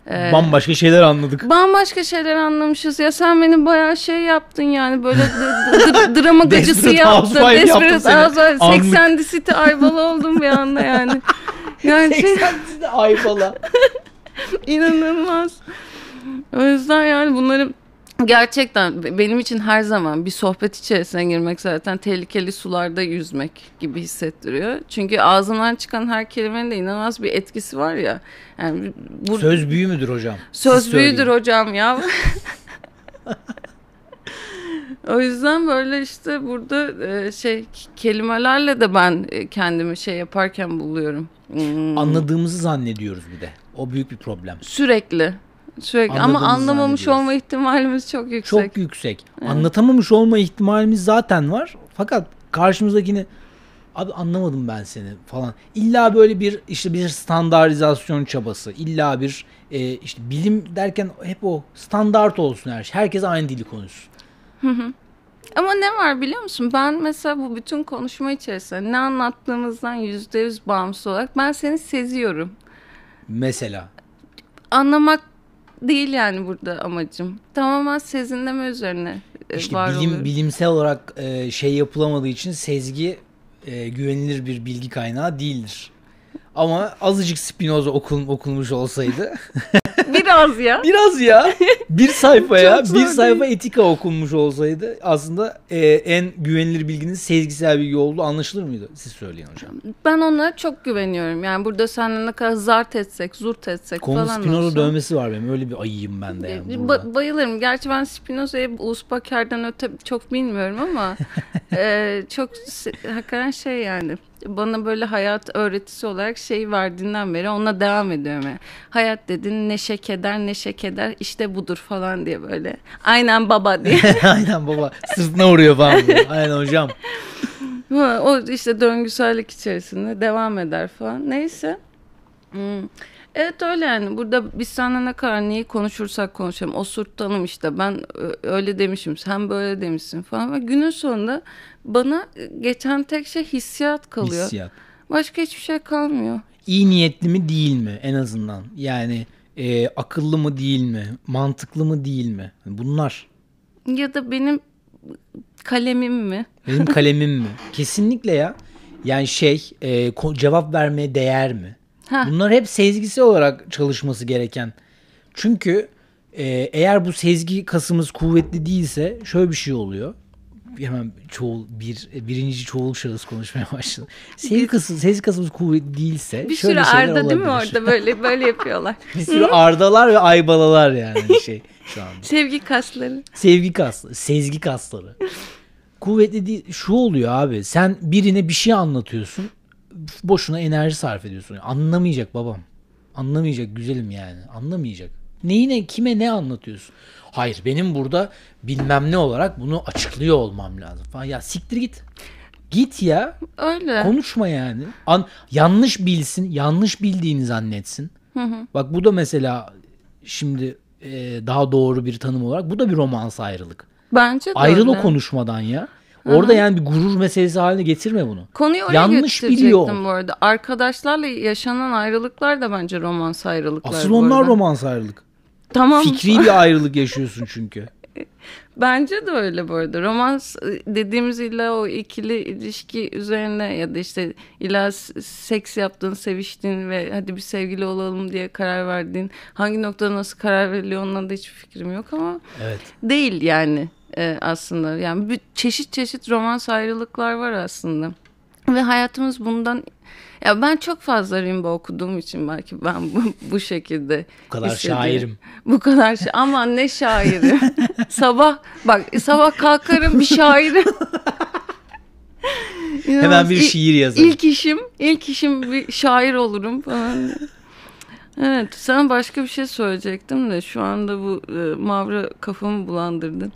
Ee, Bambaşka şeyler anladık. Bambaşka şeyler anlamışız. Ya sen beni bayağı şey yaptın yani böyle d- d- d- drama gıcısı Desperate yaptın. Housewife yaptım Desperate seni. Housewife. Anlık. Sex and the City Ayvalı oldum bir anda yani. Yani şey, seksenlisi de Ayvalı. inanılmaz. O yüzden yani bunları gerçekten benim için her zaman bir sohbet içerisine girmek zaten tehlikeli sularda yüzmek gibi hissettiriyor. Çünkü ağzından çıkan her kelimenin de inanılmaz bir etkisi var ya. Yani bu, Söz büyü müdür hocam? söz Siz büyüdür söyleyin. hocam ya. O yüzden böyle işte burada e, şey kelimelerle de ben e, kendimi şey yaparken buluyorum. Hmm. Anladığımızı zannediyoruz bir de. O büyük bir problem. Sürekli. Sürekli ama Anladığımızı anlamamış zannediyoruz. olma ihtimalimiz çok yüksek. Çok yüksek. Anlatamamış olma ihtimalimiz zaten var. Fakat karşımızdakini abi anlamadım ben seni falan. İlla böyle bir işte bir standartizasyon çabası. İlla bir e, işte bilim derken hep o standart olsun her şey. Herkes aynı dili konuşsun. Ama ne var biliyor musun? Ben mesela bu bütün konuşma içerisinde ne anlattığımızdan yüzde yüz bağımsız olarak ben seni seziyorum. Mesela. Anlamak değil yani burada amacım. Tamamen sezinleme üzerine e, İşte var bilim, oluyorum. bilimsel olarak e, şey yapılamadığı için sezgi e, güvenilir bir bilgi kaynağı değildir. Ama azıcık Spinoza okul, okunmuş olsaydı Biraz ya. biraz ya bir sayfaya Çok zor bir değil. sayfa etika okunmuş olsaydı aslında e, en güvenilir bilginin sezgisel bilgi olduğu anlaşılır mıydı? Siz söyleyin hocam. Ben onlara çok güveniyorum. Yani burada seninle ne kadar zart etsek, zurt etsek Konu falan Spinoza olsa. dövmesi var benim. Öyle bir ayıyım ben de yani. Ba- burada. bayılırım. Gerçi ben Spinoza'yı Uspaker'den öte çok bilmiyorum ama e, çok se- hakikaten şey yani bana böyle hayat öğretisi olarak şey verdiğinden beri ona devam ediyorum. Yani. Hayat dedin neşe keder neşe keder işte budur falan diye böyle. Aynen baba diye. Aynen baba. Sırtına vuruyor falan. Aynen hocam. O işte döngüsellik içerisinde devam eder falan. Neyse. Hmm. Evet öyle yani. Burada biz seninle ne kadar neyi konuşursak konuşalım. O surtanım işte ben öyle demişim. Sen böyle demişsin falan. Ve günün sonunda bana geçen tek şey hissiyat kalıyor. Hissiyat. Başka hiçbir şey kalmıyor. İyi niyetli mi değil mi en azından? Yani e, akıllı mı değil mi? Mantıklı mı değil mi? Bunlar. Ya da benim kalemim mi? Benim kalemim mi? Kesinlikle ya. Yani şey e, ko- cevap vermeye değer mi? Heh. Bunlar hep sezgisi olarak çalışması gereken. Çünkü e, eğer bu sezgi kasımız kuvvetli değilse şöyle bir şey oluyor. Hemen çoğul bir birinci çoğul şahıs konuşmaya başladı. Sezgi kası, sezgi kasımız kuvvetli değilse Bir şöyle sürü şeyler Arda değil mi olabilir. orada böyle böyle yapıyorlar. Bir sürü ardalar ve aybalalar yani şey şu anda. Sevgi kasları. Sevgi kasları, sezgi kasları. Kuvvetli değil. Şu oluyor abi. Sen birine bir şey anlatıyorsun. Boşuna enerji sarf ediyorsun. Anlamayacak babam. Anlamayacak güzelim yani. Anlamayacak. Neyine kime ne anlatıyorsun? Hayır benim burada bilmem ne olarak bunu açıklıyor olmam lazım falan. Ya siktir git. Git ya. Öyle. Konuşma yani. An yanlış bilsin. Yanlış bildiğini zannetsin. Hı hı. Bak bu da mesela şimdi e, daha doğru bir tanım olarak bu da bir romans ayrılık. Bence de Ayrıl öyle. o konuşmadan ya. Orada yani bir gurur meselesi haline getirme bunu. Konuyu oraya Yanlış getirecektim biliyor. bu arada. Arkadaşlarla yaşanan ayrılıklar da bence romans ayrılıklar. Asıl bu onlar arada. romans ayrılık. Tamam. Fikri bir ayrılık yaşıyorsun çünkü. Bence de öyle bu arada. Romans dediğimiz illa o ikili ilişki üzerine ya da işte illa seks yaptığın, seviştiğin ve hadi bir sevgili olalım diye karar verdiğin hangi noktada nasıl karar veriliyor ondan da hiçbir fikrim yok ama Evet. değil yani e, aslında. Yani bir çeşit çeşit romans ayrılıklar var aslında. Ve hayatımız bundan ya ben çok fazla rimba okuduğum için belki ben bu, bu şekilde Bu kadar hissediyorum. şairim. Bu kadar şa- aman ne şairi. Sabah bak sabah kalkarım bir şairim. Hemen bir İl- şiir yazarım. İlk işim, ilk işim bir şair olurum falan. Evet, sen başka bir şey söyleyecektim de şu anda bu e, mavra kafamı bulandırdın.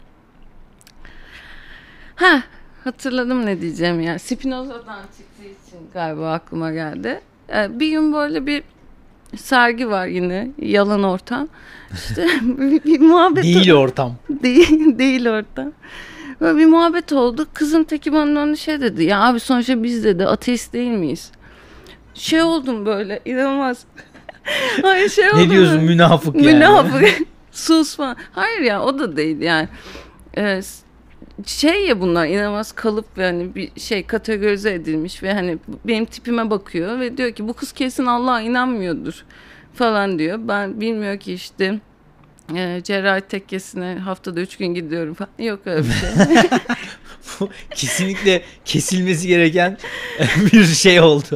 Ha, hatırladım ne diyeceğim ya. Spinoza'dan çıktığı için galiba aklıma geldi. E, bir gün böyle bir sergi var yine, yalan ortam. İşte bir, bir muhabbet Değil ortam. değil, değil ortam. Böyle bir muhabbet oldu. Kızın teki bana önüne şey dedi. Ya abi sonuçta biz dedi ateist değil miyiz? Şey oldum böyle inanılmaz. Hayır şey oldu Ne diyorsun mu? münafık yani. Münafık. Sus falan. Hayır ya o da değil yani. Ee, şey ya bunlar inanılmaz kalıp ve hani bir şey kategorize edilmiş ve hani benim tipime bakıyor ve diyor ki bu kız kesin Allah'a inanmıyordur falan diyor. Ben bilmiyor ki işte e, cerrahi tekkesine haftada üç gün gidiyorum falan. Yok öyle bir şey. Bu kesinlikle kesilmesi gereken bir şey oldu.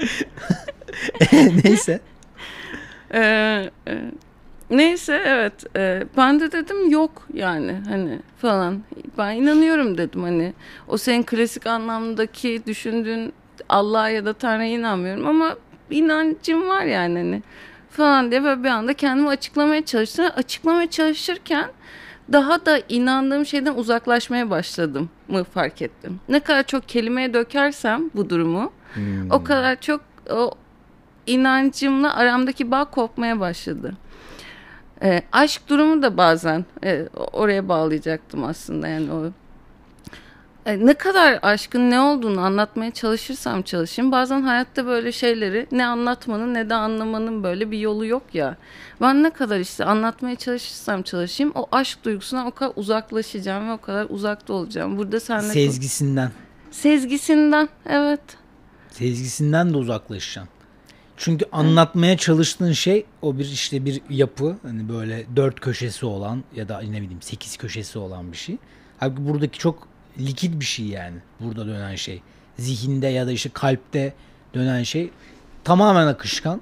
Neyse. Ee, e, neyse evet e, ben de dedim yok yani hani falan ben inanıyorum dedim hani o senin klasik anlamdaki düşündüğün Allah'a ya da Tanrı'ya inanmıyorum ama inancım var yani hani falan diye böyle bir anda kendimi açıklamaya çalıştım. Açıklamaya çalışırken daha da inandığım şeyden uzaklaşmaya başladım mı fark ettim. Ne kadar çok kelimeye dökersem bu durumu Hmm. o kadar çok o inancımla aramdaki bağ kopmaya başladı. E, aşk durumu da bazen e, oraya bağlayacaktım aslında yani o. E, ne kadar aşkın ne olduğunu anlatmaya çalışırsam çalışayım bazen hayatta böyle şeyleri ne anlatmanın ne de anlamanın böyle bir yolu yok ya. Ben ne kadar işte anlatmaya çalışırsam çalışayım o aşk duygusuna o kadar uzaklaşacağım ve o kadar uzakta olacağım. Burada seninle Sezgisinden. Sezgisinden evet. Sezgisinden de uzaklaşacaksın. Çünkü anlatmaya çalıştığın şey o bir işte bir yapı hani böyle dört köşesi olan ya da ne bileyim sekiz köşesi olan bir şey. Halbuki buradaki çok likit bir şey yani burada dönen şey. Zihinde ya da işte kalpte dönen şey tamamen akışkan.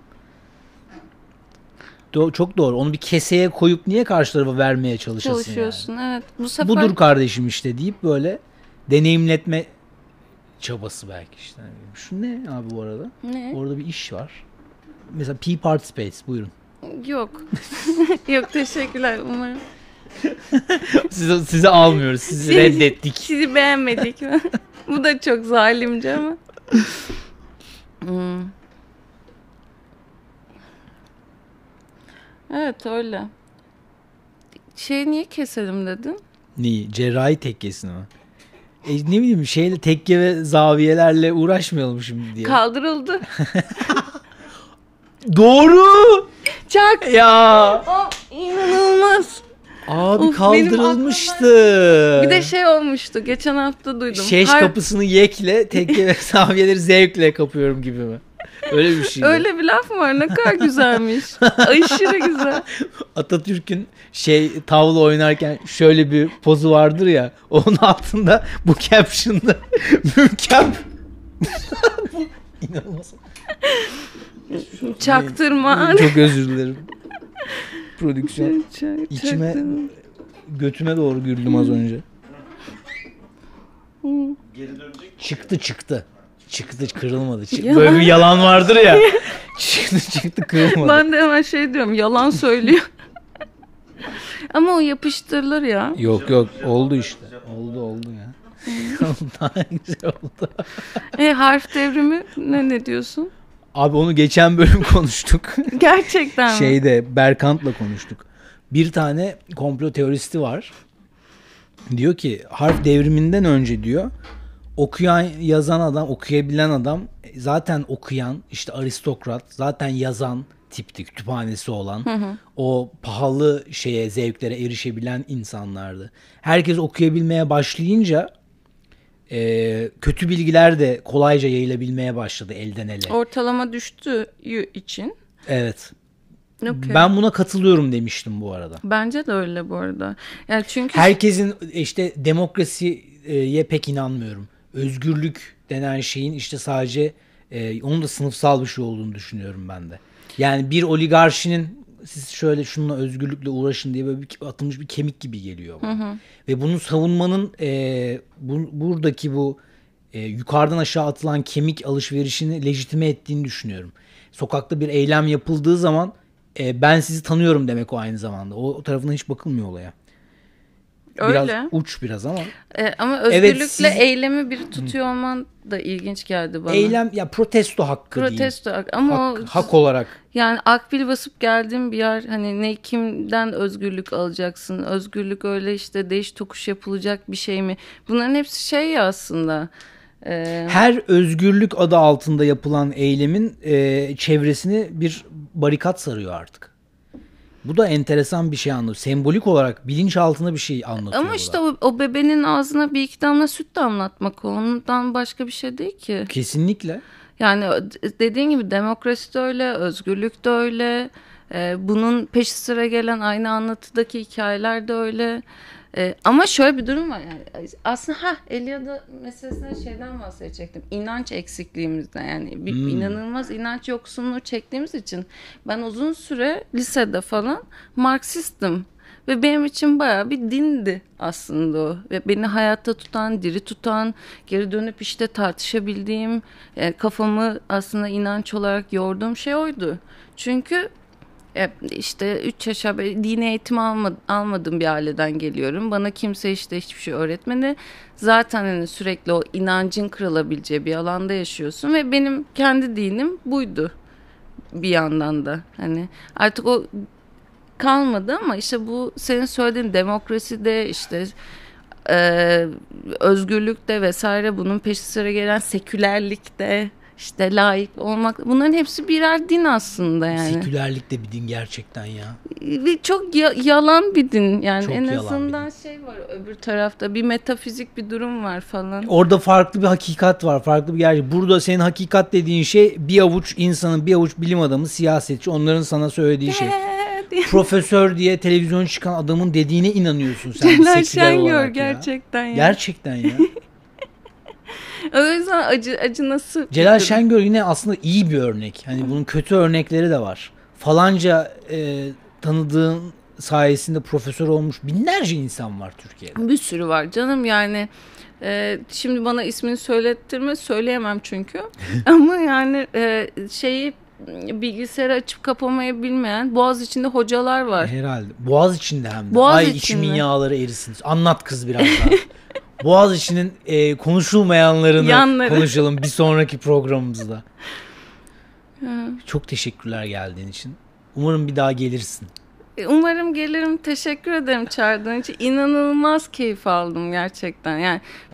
Do- çok doğru. Onu bir keseye koyup niye karşı tarafa vermeye çalışasın Çalışıyorsun yani. evet. Bu sefer Budur kardeşim işte deyip böyle deneyimletme çabası belki işte. Şu ne abi bu arada? ne? Orada bir iş var. Mesela P Party Space buyurun. Yok. Yok teşekkürler umarım. Sizi, sizi almıyoruz. Sizi Sizi- reddettik. Sizi beğenmedik. Bu da çok zalimce ama. Hmm. Evet öyle. Şey niye keselim dedin? Neyi? Cerrahi tekkesini mi? E, ne bileyim şeyle tekke ve zaviyelerle uğraşmayalım şimdi diye. Kaldırıldı. Doğru. Çak. Ya. Oh, inanılmaz. Abi Of, kaldırılmıştı. Bir de şey olmuştu. Geçen hafta duydum. Şeş Har- kapısını yekle, tekke ve zaviyeleri zevkle kapıyorum gibi mi? Öyle bir şey. Öyle bir laf mı var? Ne kadar güzelmiş. Aşırı güzel. Atatürk'ün şey tavla oynarken şöyle bir pozu vardır ya. Onun altında bu caption'da mükemmel. İnanılmaz. Çaktırma. Çok özür dilerim. Prodüksiyon. Çak- İçime çaktırma. götüme doğru güldüm az önce. Geri dönecek. Çıktı çıktı. Çıktı kırılmadı. Çık- Ya. Böyle bir yalan vardır ya. çıktı çıktı kırılmadı. Ben de hemen şey diyorum. Yalan söylüyor. Ama o yapıştırılır ya. Yok yok oldu işte. Oldu oldu ya. Daha güzel oldu. E, harf devrimi ne ne diyorsun? Abi onu geçen bölüm konuştuk. Gerçekten mi? Şeyde Berkant'la konuştuk. Bir tane komplo teoristi var. Diyor ki harf devriminden önce diyor okuyan yazan adam okuyabilen adam zaten okuyan işte aristokrat zaten yazan tipti kütüphanesi olan Hı hı. o pahalı şeye zevklere erişebilen insanlardı. Herkes okuyabilmeye başlayınca e, kötü bilgiler de kolayca yayılabilmeye başladı elden ele. Ortalama düştüğü için. Evet. Okay. Ben buna katılıyorum demiştim bu arada. Bence de öyle bu arada. Yani çünkü Herkesin işte demokrasiye pek inanmıyorum. Özgürlük denen şeyin işte sadece e, onun da sınıfsal bir şey olduğunu düşünüyorum ben de. Yani bir oligarşinin siz şöyle şununla özgürlükle uğraşın diye böyle bir, atılmış bir kemik gibi geliyor bana. Hı hı. Ve bunu savunmanın e, bu, buradaki bu e, yukarıdan aşağı atılan kemik alışverişini lejitime ettiğini düşünüyorum. Sokakta bir eylem yapıldığı zaman e, ben sizi tanıyorum demek o aynı zamanda. O, o tarafına hiç bakılmıyor olaya. Biraz öyle. uç biraz ama. E, ama özgürlükle Evet, siz- eylemi bir tutuyor olman da ilginç geldi bana. Eylem ya protesto hakkı Protesto diyeyim. ama Hak, o hak olarak. yani akbil basıp geldiğim bir yer hani ne kimden özgürlük alacaksın? Özgürlük öyle işte değiş tokuş yapılacak bir şey mi? Bunların hepsi şey ya aslında. Ee, Her özgürlük adı altında yapılan eylemin e, çevresini bir barikat sarıyor artık. Bu da enteresan bir şey anlatıyor. Sembolik olarak bilinçaltına bir şey anlatıyor. Ama işte o, o bebenin ağzına bir iki damla süt damlatmak, ondan başka bir şey değil ki. Kesinlikle. Yani dediğin gibi demokrasi de öyle, özgürlük de öyle. Ee, bunun peşi sıra gelen aynı anlatıdaki hikayeler de öyle. Ee, ama şöyle bir durum var. Yani aslında ha Eliada meselesine şeyden bahsedecektim. İnanç eksikliğimizden, yani bir Hmm. inanılmaz inanç yoksunluğu çektiğimiz için ben uzun süre lisede falan Marksistim. Ve benim için bayağı bir dindi aslında o. Ve beni hayatta tutan, diri tutan, geri dönüp işte tartışabildiğim, yani kafamı aslında inanç olarak yorduğum şey oydu. Çünkü işte üç yaşa dini eğitim alma, almadığım bir aileden geliyorum. Bana kimse işte hiçbir şey öğretmedi. Zaten hani sürekli o inancın kırılabileceği bir alanda yaşıyorsun ve benim kendi dinim buydu bir yandan da. Hani artık o kalmadı ama işte bu senin söylediğin demokraside, işte e, özgürlükte vesaire, bunun peşi sıra gelen sekülerlikte, işte layık olmak, bunların hepsi birer din aslında yani. Sekülerlik de bir din gerçekten ya. Ve çok ya- yalan bir din yani. Çok en yalan azından bir din. şey var öbür tarafta, bir metafizik bir durum var falan. Orada farklı bir hakikat var, farklı bir gerçek. Burada senin hakikat dediğin şey bir avuç insanın, bir avuç bilim adamı, siyasetçi, onların sana söylediği şey. Profesör diye televizyon çıkan adamın dediğine inanıyorsun sen. Celal seküler Şengör olarak ya. gerçekten ya. Gerçekten ya. O yüzden acı acı nasıl? Celal Şengör yine aslında iyi bir örnek. Hani bunun kötü örnekleri de var. Falanca e, tanıdığın sayesinde profesör olmuş binlerce insan var Türkiye'de. Bir sürü var canım yani. E, şimdi bana ismini söylettirme, söyleyemem çünkü. Ama yani e, şeyi bilgisayarı açıp kapamayı bilmeyen Boğaziçi'nde hocalar var. Herhalde. Boğaz içinde hem de. Boğaz Ay içinde. içimin yağları erisin. Anlat kız biraz daha. Boğaz içinin e, konuşulmayanlarını Yanları. konuşalım bir sonraki programımızda. Çok teşekkürler geldiğin için. Umarım bir daha gelirsin. Umarım gelirim. Teşekkür ederim çağırdığın için. İnanılmaz keyif aldım gerçekten. Yani